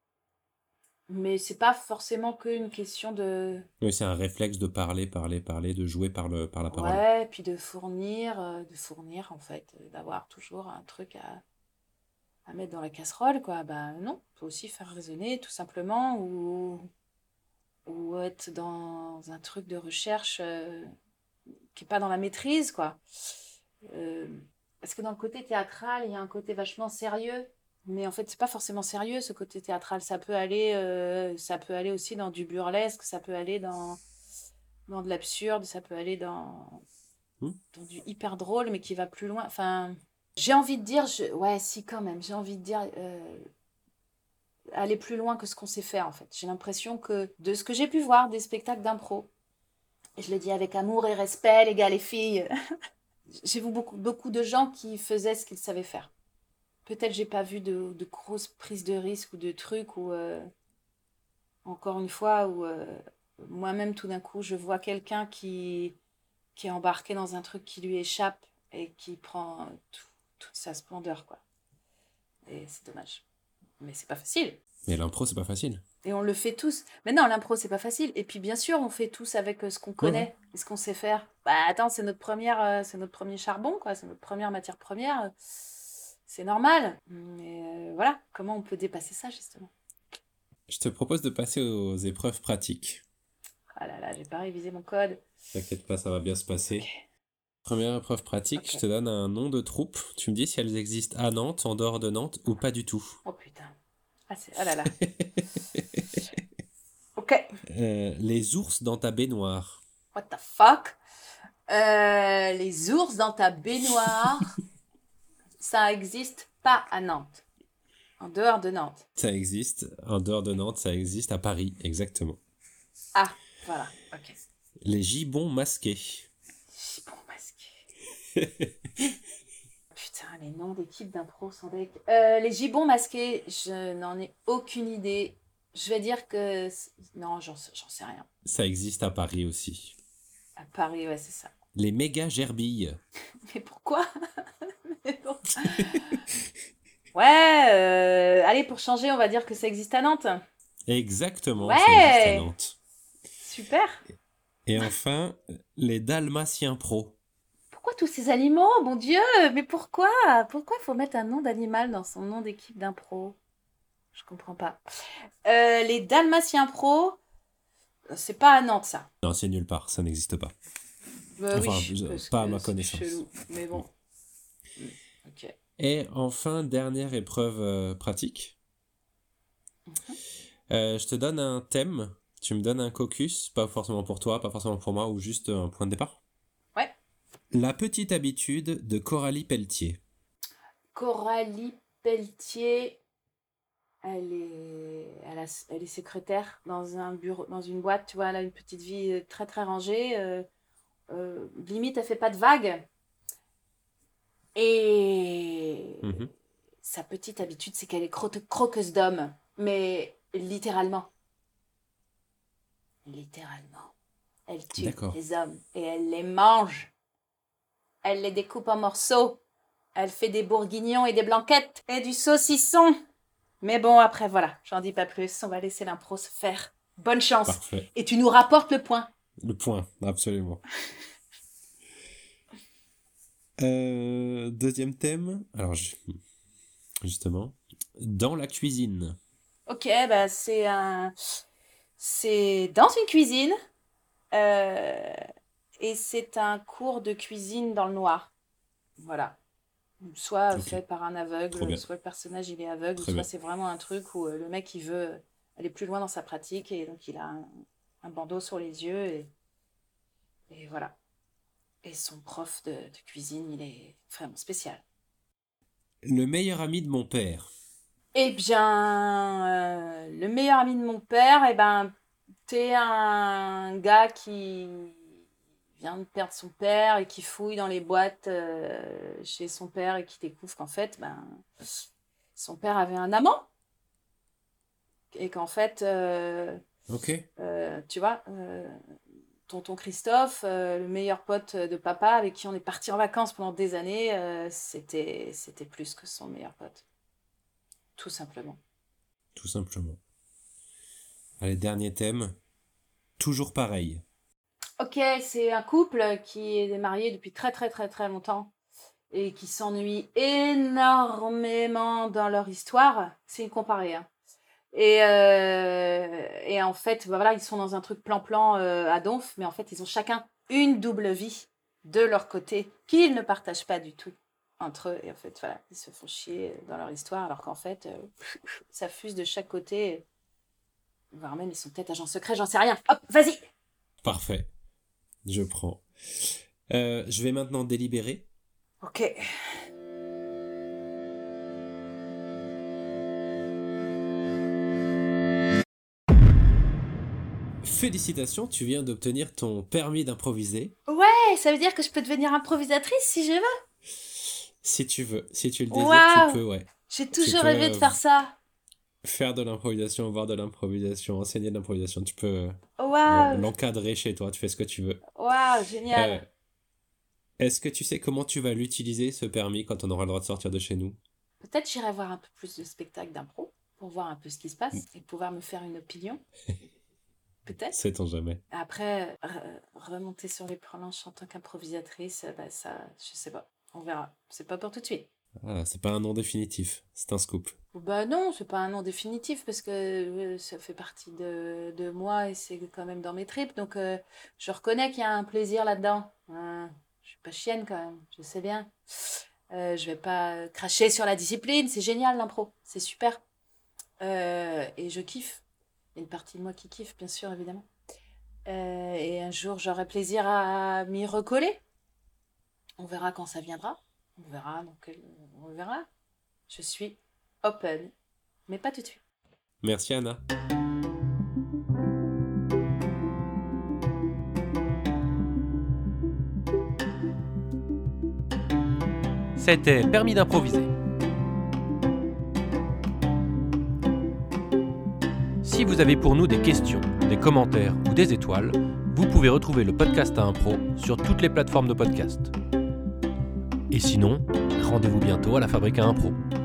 C: mais c'est pas forcément qu'une question de
B: Oui, c'est un réflexe de parler, parler, parler, de jouer par le, par la parole.
C: ouais, puis de fournir, euh, de fournir en fait, euh, d'avoir toujours un truc à, à mettre dans la casserole, quoi. Bah non, faut aussi faire résonner tout simplement ou, ou être dans un truc de recherche euh, qui est pas dans la maîtrise, quoi. Euh, Parce que dans le côté théâtral, il y a un côté vachement sérieux, mais en fait, c'est pas forcément sérieux ce côté théâtral. Ça peut aller, euh, ça peut aller aussi dans du burlesque, ça peut aller dans, dans de l'absurde, ça peut aller dans,
B: Hmm.
C: dans du hyper drôle, mais qui va plus loin. Enfin, j'ai envie de dire, je... ouais, si quand même, j'ai envie de dire euh, aller plus loin que ce qu'on sait faire en fait. J'ai l'impression que de ce que j'ai pu voir des spectacles d'impro, et je le dis avec amour et respect, les gars, les filles, j'ai vu beaucoup, beaucoup de gens qui faisaient ce qu'ils savaient faire. Peut-être j'ai pas vu de, de grosses prises de risques ou de trucs où, euh, encore une fois, où euh, moi-même tout d'un coup je vois quelqu'un qui, qui est embarqué dans un truc qui lui échappe et qui prend tout- toute sa splendeur, quoi. Et c'est dommage. Mais c'est pas facile.
B: Mais l'impro, c'est pas facile.
C: Et on le fait tous. Mais non, l'impro, c'est pas facile. Et puis, bien sûr, on fait tous avec euh, ce qu'on
B: Ouais,
C: connaît
B: ouais.
C: et ce qu'on sait faire. Bah, attends, c'est notre première, euh, c'est notre premier charbon, quoi. C'est notre première matière première. euh, C'est normal. Mais euh, voilà, comment on peut dépasser ça, justement?
B: Je te propose de passer aux épreuves pratiques.
C: Ah là là, j'ai pas révisé mon code.
B: T'inquiète pas, ça va bien se
C: Ok,
B: passer. Première épreuve pratique,
C: ok.
B: je te donne un nom de troupe. Tu me dis si elles existent à Nantes, en dehors de Nantes ou pas du tout.
C: Oh putain. Ah, c'est... ah là là. Ok.
B: Euh, les ours dans ta baignoire.
C: What the fuck? Euh, les ours dans ta baignoire, ça existe pas à Nantes. En dehors de Nantes.
B: Ça existe. En dehors de Nantes, ça existe à Paris, exactement.
C: Ah, voilà. Ok.
B: Les gibbons masqués.
C: Gibbon masqué. Putain, les noms d'équipes d'impro sont deck. Euh, les gibbons masqués, je n'en ai aucune idée. Je vais dire que... c'est- non, j'en sais, j'en sais rien.
B: Ça existe à Paris aussi.
C: À Paris, ouais, c'est ça.
B: Les méga gerbilles.
C: Mais pourquoi? Mais bon. Ouais, euh, allez, pour changer, on va dire que ça existe à Nantes.
B: Exactement, ça existe à
C: Ouais,
B: Nantes.
C: super.
B: Et enfin, les dalmatiens pro.
C: Pourquoi tous ces animaux, mon Dieu? Mais pourquoi? Pourquoi il faut mettre un nom d'animal dans son nom d'équipe d'impro? Je comprends pas. Euh, les Dalmatiens Pro, c'est pas à Nantes, ça.
B: Non, c'est nulle part, ça n'existe pas.
C: Bah
B: Enfin,
C: oui,
B: je-
C: parce
B: pas à
C: que
B: ma
C: c'est
B: connaissance.
C: chelou. Mais bon. Mm, ok.
B: Et enfin, dernière épreuve euh, pratique. Euh, je te donne un thème Tu me donnes un caucus, pas forcément pour toi, pas forcément pour moi, ou juste un point de départ?
C: Ouais.
B: La petite habitude de Coralie Pelletier.
C: Coralie Pelletier, elle est, elle, a, elle est secrétaire dans un bureau, dans une boîte, tu vois, elle a une petite vie très très rangée. Euh, euh, limite, elle fait pas de vagues. Et
B: Mhm.
C: sa petite habitude, c'est qu'elle est cro- croqueuse d'hommes, mais littéralement. Littéralement. Elle tue
B: D'accord.
C: les hommes et elle les mange. Elle les découpe en morceaux. Elle fait des bourguignons et des blanquettes et du saucisson. Mais bon, après, voilà, j'en dis pas plus. On va laisser l'impro se faire. Bonne chance.
B: Parfait.
C: Et tu nous rapportes le point.
B: Le point, absolument. Euh, deuxième thème. Alors, je- justement, dans la cuisine.
C: Ok, bah c'est un... C'est dans une cuisine. Euh, Et c'est un cours de cuisine dans le noir. Voilà. Soit
B: Ok.
C: fait par un
B: Trop
C: aveugle,
B: bien.
C: soit le personnage il est aveugle,
B: Très
C: soit
B: bien.
C: c'est vraiment un truc où euh, le mec il veut aller plus loin dans sa pratique et donc il a un, un bandeau sur les yeux et, et voilà. Et son prof de, de cuisine, il est vraiment spécial.
B: Le meilleur ami de mon père.
C: Eh bien, euh, le meilleur ami de mon père, eh ben, t'es un gars qui vient de perdre son père et qui fouille dans les boîtes euh, chez son père et qui découvre qu'en fait, ben, son père avait un amant. Et qu'en fait, euh,
B: Ok.
C: euh, tu vois, euh, tonton Christophe, euh, le meilleur pote de papa avec qui on est parti en vacances pendant des années, euh, c'était, c'était plus que son meilleur pote. Tout simplement.
B: Tout simplement. Allez, dernier thème. Toujours pareil.
C: Ok, c'est un couple qui est marié depuis très très très très longtemps et qui s'ennuie énormément dans leur histoire. C'est une comparée, hein. Et, euh, et en fait, bah voilà, ils sont dans un truc plan-plan euh, à donf, mais en fait, ils ont chacun une double vie de leur côté qu'ils ne partagent pas du tout entre eux. Et en fait, voilà, ils se font chier dans leur histoire, alors qu'en fait, euh, ça fuse de chaque côté. Voire même, ils sont peut-être agents secrets, j'en sais rien. Hop, vas-y!
B: Parfait. Je prends. Euh, je vais maintenant délibérer.
C: Ok.
B: Félicitations, tu viens d'obtenir ton permis d'improviser.
C: Ouais, ça veut dire que je peux devenir improvisatrice si je veux.
B: Si tu veux, si tu le désires,
C: Waouh.
B: tu peux, ouais.
C: J'ai
B: Tu
C: toujours
B: peux,
C: rêvé de
B: euh,
C: faire ça.
B: Faire de l'improvisation, voir de l'improvisation, enseigner de l'improvisation. Tu peux euh,
C: Waouh.
B: l'encadrer chez toi, tu fais ce que tu veux.
C: Waouh,
B: Euh,
C: génial.
B: Est-ce que tu sais comment tu vas l'utiliser, ce permis, quand on aura le droit de sortir de chez nous?
C: Peut-être j'irai voir un peu plus de spectacles d'impro pour voir un peu ce qui se passe et pouvoir me faire une opinion. Peut-être.
B: Sait-on jamais.
C: Après, re- remonter sur les planches en tant qu'improvisatrice, bah ça, je sais pas. On verra. C'est pas pour tout de suite.
B: Ah, c'est pas un nom définitif, c'est un scoop.
C: Bah non, c'est pas un nom définitif parce que euh, ça fait partie de, de moi et c'est quand même dans mes tripes. Donc euh, je reconnais qu'il y a un plaisir là-dedans. Hein, je suis pas chienne quand même, je sais bien. Euh, je vais pas cracher sur la discipline, c'est génial l'impro, c'est super. Euh, et je kiffe. Il y a une partie de moi qui kiffe, bien sûr, évidemment. Euh, et un jour, j'aurai plaisir à m'y recoller. On verra quand ça viendra. On verra, donc euh, on verra. Je suis open, mais pas tout de suite.
B: Merci Anna.
A: C'était Permis d'improviser. Si vous avez pour nous des questions, des commentaires ou des étoiles, vous pouvez retrouver le podcast à impro sur toutes les plateformes de podcast. Et sinon, rendez-vous bientôt à la Fabrique à Impro.